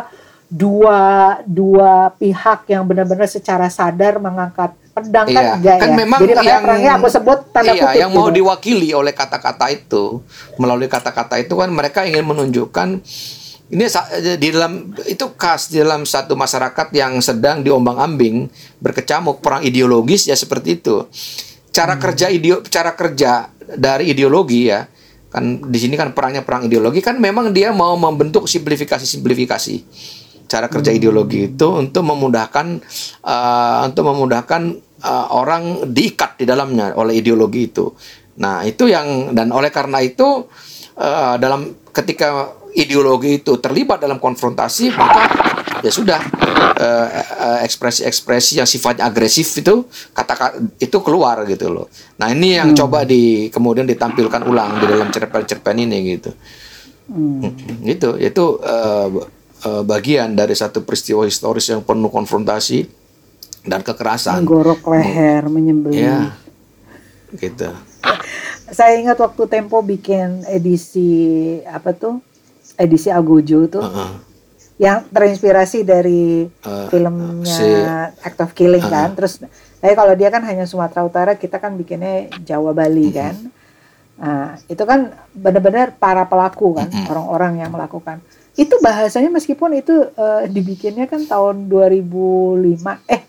dua pihak yang benar-benar secara sadar mengangkat pedang kan enggak kan ya. memang jadi yang perangnya aku sebut tanda kutip. Yang mau diwakili oleh kata-kata itu, melalui kata-kata itu kan mereka ingin menunjukkan ini di dalam itu khas di dalam satu masyarakat yang sedang diombang-ambing berkecamuk perang ideologis ya seperti itu. Cara kerja dari ideologi ya. Kan di sini kan perang ideologi kan memang dia mau membentuk simplifikasi cara kerja ideologi itu untuk memudahkan orang diikat di dalamnya oleh ideologi itu. Nah, itu dan oleh karena itu dalam ketika ideologi itu terlibat dalam konfrontasi, maka ya sudah ekspresi-ekspresi yang sifatnya agresif itu kata-kata itu keluar gitu loh. Nah, ini yang coba kemudian ditampilkan ulang di dalam cerpen-cerpen ini gitu. Itu bagian dari satu peristiwa historis yang penuh konfrontasi dan kekerasan. Menggorok leher, menyembelih. Ya, gitu. Saya ingat waktu Tempo bikin edisi edisi Algojo tuh, yang terinspirasi dari filmnya Act of Killing kan. Terus, kalau dia kan hanya Sumatera Utara, kita kan bikinnya Jawa Bali kan. Nah, itu kan benar-benar para pelaku kan, orang-orang yang melakukan. Itu bahasanya meskipun itu dibikinnya kan tahun 2012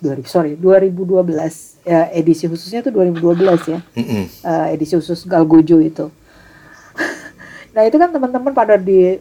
ya, edisi khususnya itu 2012 ya. Edisi khusus Galgojo itu. Nah, itu kan teman-teman pada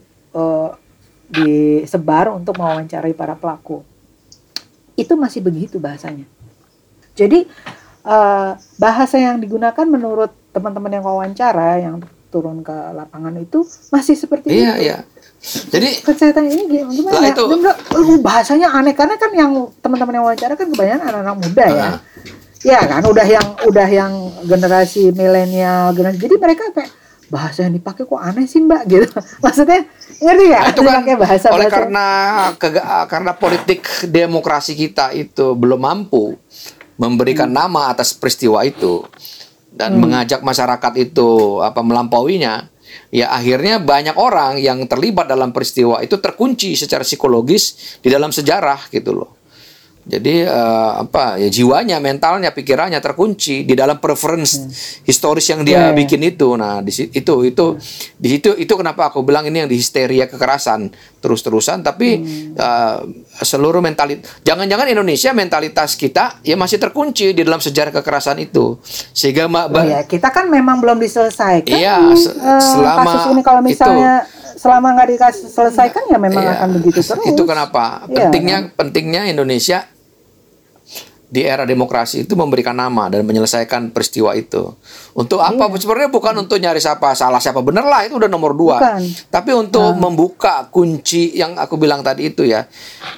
disebar untuk mewawancarai para pelaku. Itu masih begitu bahasanya. Jadi bahasa yang digunakan menurut teman-teman yang wawancara yang turun ke lapangan itu masih seperti itu. Iya. Jadi kesehatan ini gimana? Itu bahasanya aneh karena kan yang teman-teman yang wawancara kan kebanyakan anak-anak muda ya. Ya kan udah yang generasi milenial, jadi mereka kayak bahasa yang dipakai kok aneh sih Mbak gitu. Maksudnya ngerti nggak? Itu kan bahasa karena politik demokrasi kita itu belum mampu memberikan nama atas peristiwa itu dan mengajak masyarakat itu melampauinya. Ya akhirnya banyak orang yang terlibat dalam peristiwa itu terkunci secara psikologis di dalam sejarah gitu loh. Jadi jiwanya, mentalnya, pikirannya terkunci di dalam preference historis yang dia bikin itu. Nah, di situ kenapa aku bilang ini yang di histeria kekerasan terus-terusan. Tapi seluruh mentalitas, jangan-jangan Indonesia mentalitas kita ya masih terkunci di dalam sejarah kekerasan itu. Sehingga kita kan memang belum diselesaikan. Iya, selama kasus ini kalau misalnya selama nggak diselesaikan ya memang akan begitu terus. Itu kenapa pentingnya Indonesia di era demokrasi itu memberikan nama dan menyelesaikan peristiwa itu. Untuk apa? Sebenarnya bukan untuk nyari siapa benar lah, itu udah nomor 2. Tapi untuk membuka kunci yang aku bilang tadi itu ya,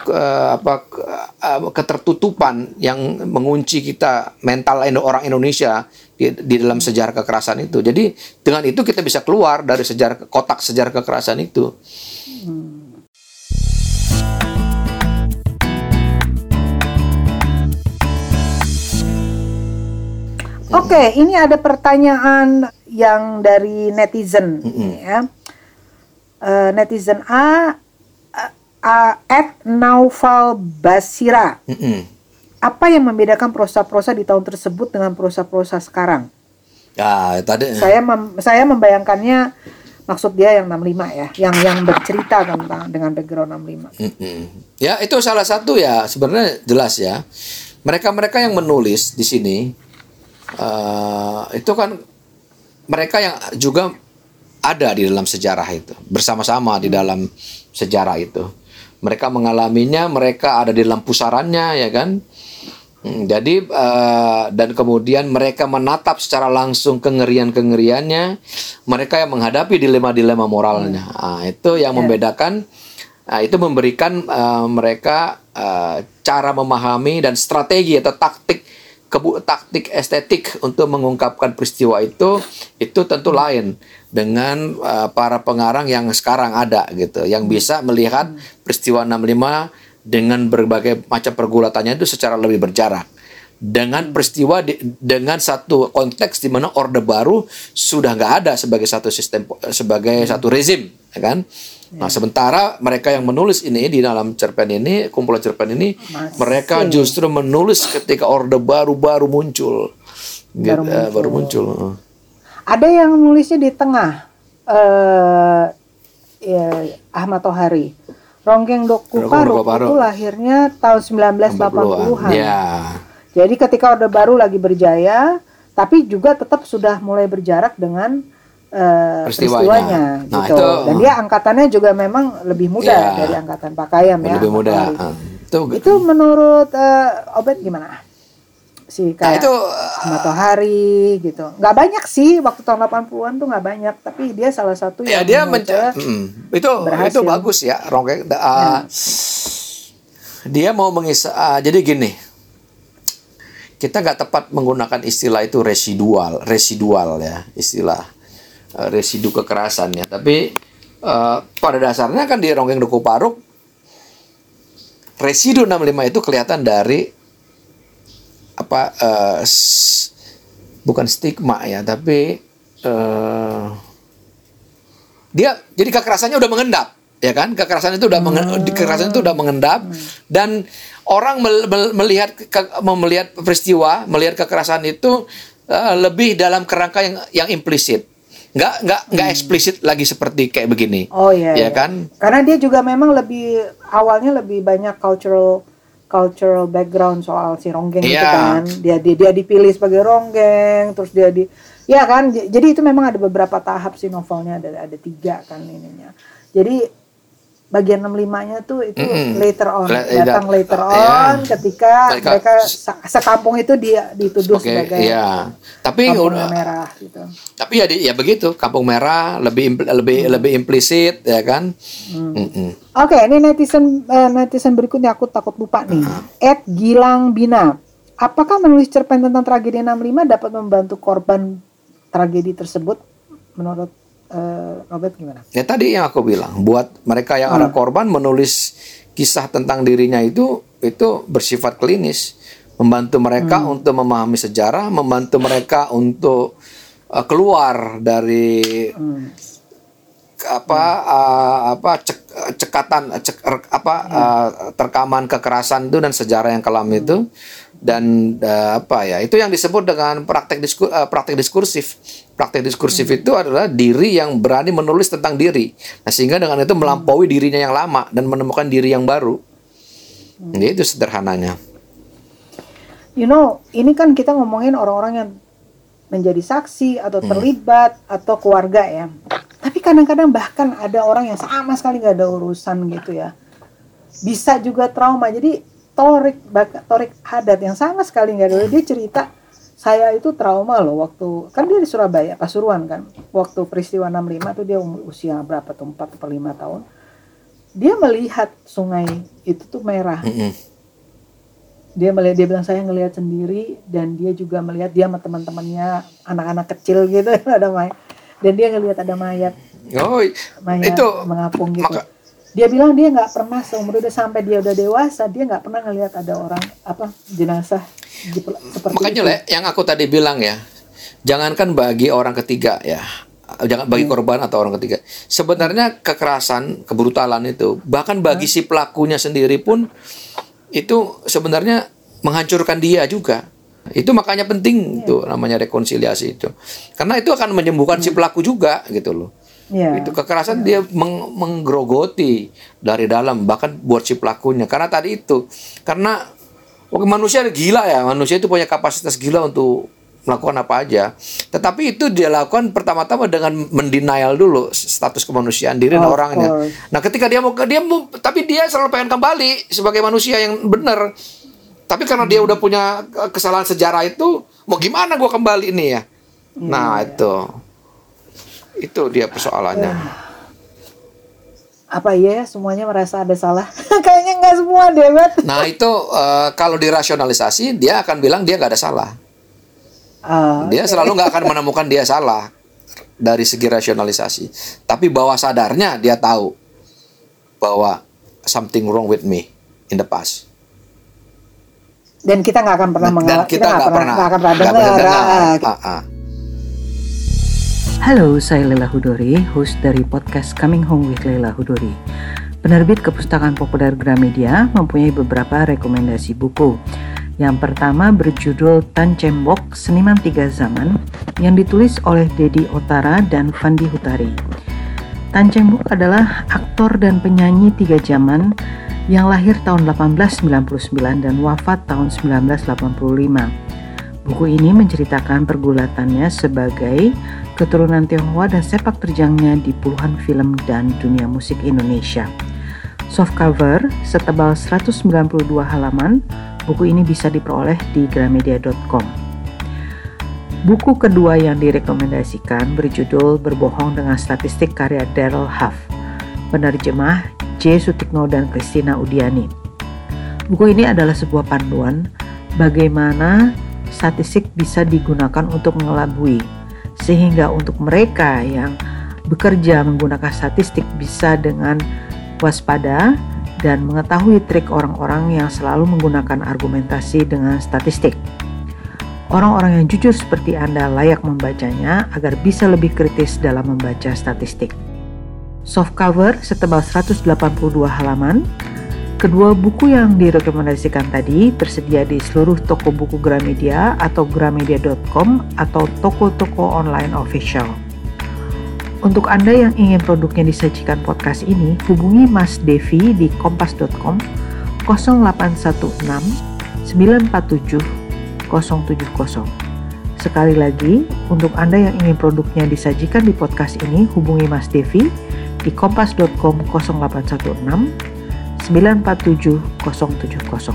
ketertutupan yang mengunci kita mental orang Indonesia di dalam sejarah kekerasan itu. Jadi dengan itu kita bisa keluar dari kotak sejarah kekerasan itu. Oke, ini ada pertanyaan yang dari netizen ya. Netizen @Naufal Basira. Apa yang membedakan prosa-prosa di tahun tersebut dengan prosa-prosa sekarang? Ya, tadi saya membayangkannya maksud dia yang 65 ya, yang bercerita tentang dengan background 65. Ya, itu salah satu ya, sebenarnya jelas ya. Mereka yang menulis di sini itu kan mereka yang juga ada di dalam sejarah itu, bersama-sama di dalam sejarah itu. Mereka mengalaminya, mereka ada di dalam pusarannya ya kan. Jadi dan kemudian mereka menatap secara langsung kengerian-kengeriannya, mereka yang menghadapi dilema-dilema moralnya. Itu yang membedakan. Itu memberikan mereka cara memahami dan strategi atau taktik estetik untuk mengungkapkan peristiwa itu tentu lain dengan para pengarang yang sekarang ada gitu, yang bisa melihat peristiwa 65 dengan berbagai macam pergulatannya itu secara lebih berjarak. Dengan peristiwa dengan satu konteks di mana Orde Baru sudah nggak ada sebagai satu sistem, sebagai satu rezim, ya kan? Nah, sementara mereka yang menulis ini di dalam cerpen ini, kumpulan cerpen ini, mereka justru menulis ketika Orde Baru baru muncul. Baru muncul. Ada yang nulisnya di tengah, Ahmad Tohari. Ronggeng Doku Paruk itu lahirnya tahun 1980-an. Ya. Jadi ketika Orde Baru lagi berjaya, tapi juga tetap sudah mulai berjarak dengan peristiwanya gitu. Dan dia angkatannya juga memang lebih muda dari angkatan Pak Kayam ya. Lebih muda. Itu menurut Obed gimana? Si kayak Ahmad Tohari gitu. Nggak banyak sih waktu tahun 80-an tuh nggak banyak, tapi dia salah satu yang dia itu bagus ya, Ronggeng. Dia mau mengisah, jadi gini. Kita nggak tepat menggunakan istilah itu residual ya, istilah residu kekerasan ya. Tapi pada dasarnya kan di Ronggeng Doku Paruk residu 65 itu kelihatan dari bukan stigma ya, tapi dia jadi kekerasannya udah mengendap, ya kan? Kekerasan itu udah mengendap dan orang melihat peristiwa, melihat kekerasan itu lebih dalam kerangka yang implisit, nggak eksplisit lagi seperti kayak begini. Oh iya. Ya kan? Karena dia juga memang awalnya lebih banyak cultural background soal si Ronggeng itu kan. Dia dipilih sebagai Ronggeng, terus ya kan. Jadi itu memang ada beberapa tahap sih novelnya, ada 3 kan ininya. Jadi bagian 65-nya tuh itu later on, datang later on ketika mereka sekampung itu dituduh sebagai kampung merah gitu. Tapi ya begitu, kampung merah lebih implisit ya kan. Oke, ini netizen berikutnya aku takut lupa nih. @Gilang Bina. Apakah menulis cerpen tentang tragedi 65 dapat membantu korban tragedi tersebut menurut Robert gimana? Ya tadi yang aku bilang, buat mereka yang ada korban menulis kisah tentang dirinya itu bersifat klinis, membantu mereka untuk memahami sejarah, membantu mereka untuk keluar dari terkaman kekerasan itu dan sejarah yang kelam itu. Dan itu yang disebut dengan praktek diskursif. Praktek diskursif itu adalah diri yang berani menulis tentang diri. Nah, sehingga dengan itu melampaui dirinya yang lama dan menemukan diri yang baru. Jadi itu sederhananya. Ini kan kita ngomongin orang-orang yang menjadi saksi atau terlibat atau keluarga ya. Tapi kadang-kadang bahkan ada orang yang sama sekali nggak ada urusan gitu ya. Bisa juga trauma. Jadi Torik Haddad yang sama sekali nggak ada, dia cerita, saya itu trauma loh waktu, kan dia di Surabaya, Pasuruan kan, waktu peristiwa 65 tuh dia usia berapa tuh, 4 atau 5 tahun, dia melihat sungai itu tuh merah. Dia bilang saya ngelihat sendiri, dan dia juga melihat dia sama teman-temannya, anak-anak kecil gitu, ada mayat, dan dia ngelihat ada mayat itu mengapung gitu. Dia bilang dia nggak pernah seumur hidup sampai dia udah dewasa, dia nggak pernah ngelihat ada orang jenazah seperti makanya itu. Yang aku tadi bilang ya, jangankan bagi orang ketiga ya, jangan bagi korban atau orang ketiga. Sebenarnya kekerasan, kebrutalan itu bahkan bagi si pelakunya sendiri pun itu sebenarnya menghancurkan dia juga. Itu makanya penting itu namanya rekonsiliasi itu, karena itu akan menyembuhkan si pelaku juga gitu loh. Itu kekerasan dia menggerogoti dari dalam, bahkan buat si pelakunya. Karena tadi itu, karena manusia gila ya, manusia itu punya kapasitas gila untuk melakukan apa aja. Tetapi itu dia lakukan pertama-tama dengan mendenial dulu status kemanusiaan diri dan orangnya. Nah, ketika dia tapi dia selalu pengen kembali sebagai manusia yang benar. Tapi karena dia udah punya kesalahan sejarah itu, mau gimana gua kembali ini ya? Nah, itu dia persoalannya. Apa iya semuanya merasa ada salah? Kayaknya nggak semua deh, Bet. Nah itu kalau dirasionalisasi dia akan bilang dia nggak ada salah. Dia selalu nggak akan menemukan dia salah dari segi rasionalisasi. Tapi bawah sadarnya dia tahu bahwa something wrong with me. in the past. Dan kita nggak akan pernah dengar. Halo, saya Leila Hudori, host dari podcast Coming Home with Leila Hudori. Penerbit Kepustakaan Populer Gramedia mempunyai beberapa rekomendasi buku. Yang pertama berjudul Tan Cheng Bock, Seniman Tiga Zaman, yang ditulis oleh Dedi Otara dan Fandi Hutari. Tan Cheng Bock adalah aktor dan penyanyi tiga zaman yang lahir tahun 1899 dan wafat tahun 1985. Buku ini menceritakan pergulatannya sebagai keturunan Tionghoa dan sepak terjangnya di puluhan film dan dunia musik Indonesia. Softcover setebal 192 halaman, buku ini bisa diperoleh di gramedia.com. Buku kedua yang direkomendasikan berjudul Berbohong dengan Statistik karya Darrell Huff, penerjemah J. Sutikno dan Christina Udiani. Buku ini adalah sebuah panduan bagaimana statistik bisa digunakan untuk mengelabui, sehingga untuk mereka yang bekerja menggunakan statistik bisa dengan waspada dan mengetahui trik orang-orang yang selalu menggunakan argumentasi dengan statistik. Orang-orang yang jujur seperti Anda layak membacanya agar bisa lebih kritis dalam membaca statistik. Softcover setebal 182 halaman. Kedua buku yang direkomendasikan tadi tersedia di seluruh toko buku Gramedia atau gramedia.com atau toko-toko online official. Untuk Anda yang ingin produknya disajikan podcast ini, hubungi Mas Devi di kompas.com 0816 947 070. Sekali lagi, untuk Anda yang ingin produknya disajikan di podcast ini, hubungi Mas Devi di kompas.com 0816 947 070.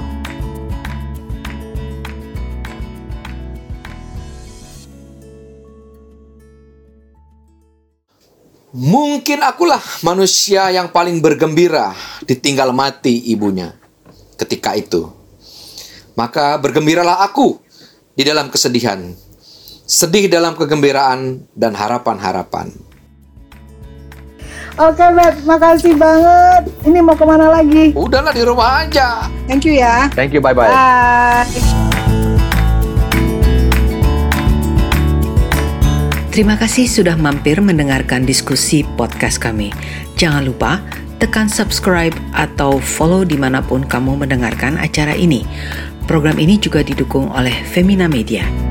Mungkin akulah manusia yang paling bergembira ditinggal mati ibunya ketika itu. Maka bergembiralah aku di dalam kesedihan, sedih dalam kegembiraan dan harapan-harapan. Oke, Bet, makasih banget. Ini mau kemana lagi? Udahlah di rumah aja. Thank you ya. Thank you, bye-bye. Bye. Terima kasih sudah mampir mendengarkan diskusi podcast kami. Jangan lupa tekan subscribe atau follow dimanapun kamu mendengarkan acara ini. Program ini juga didukung oleh Femina Media.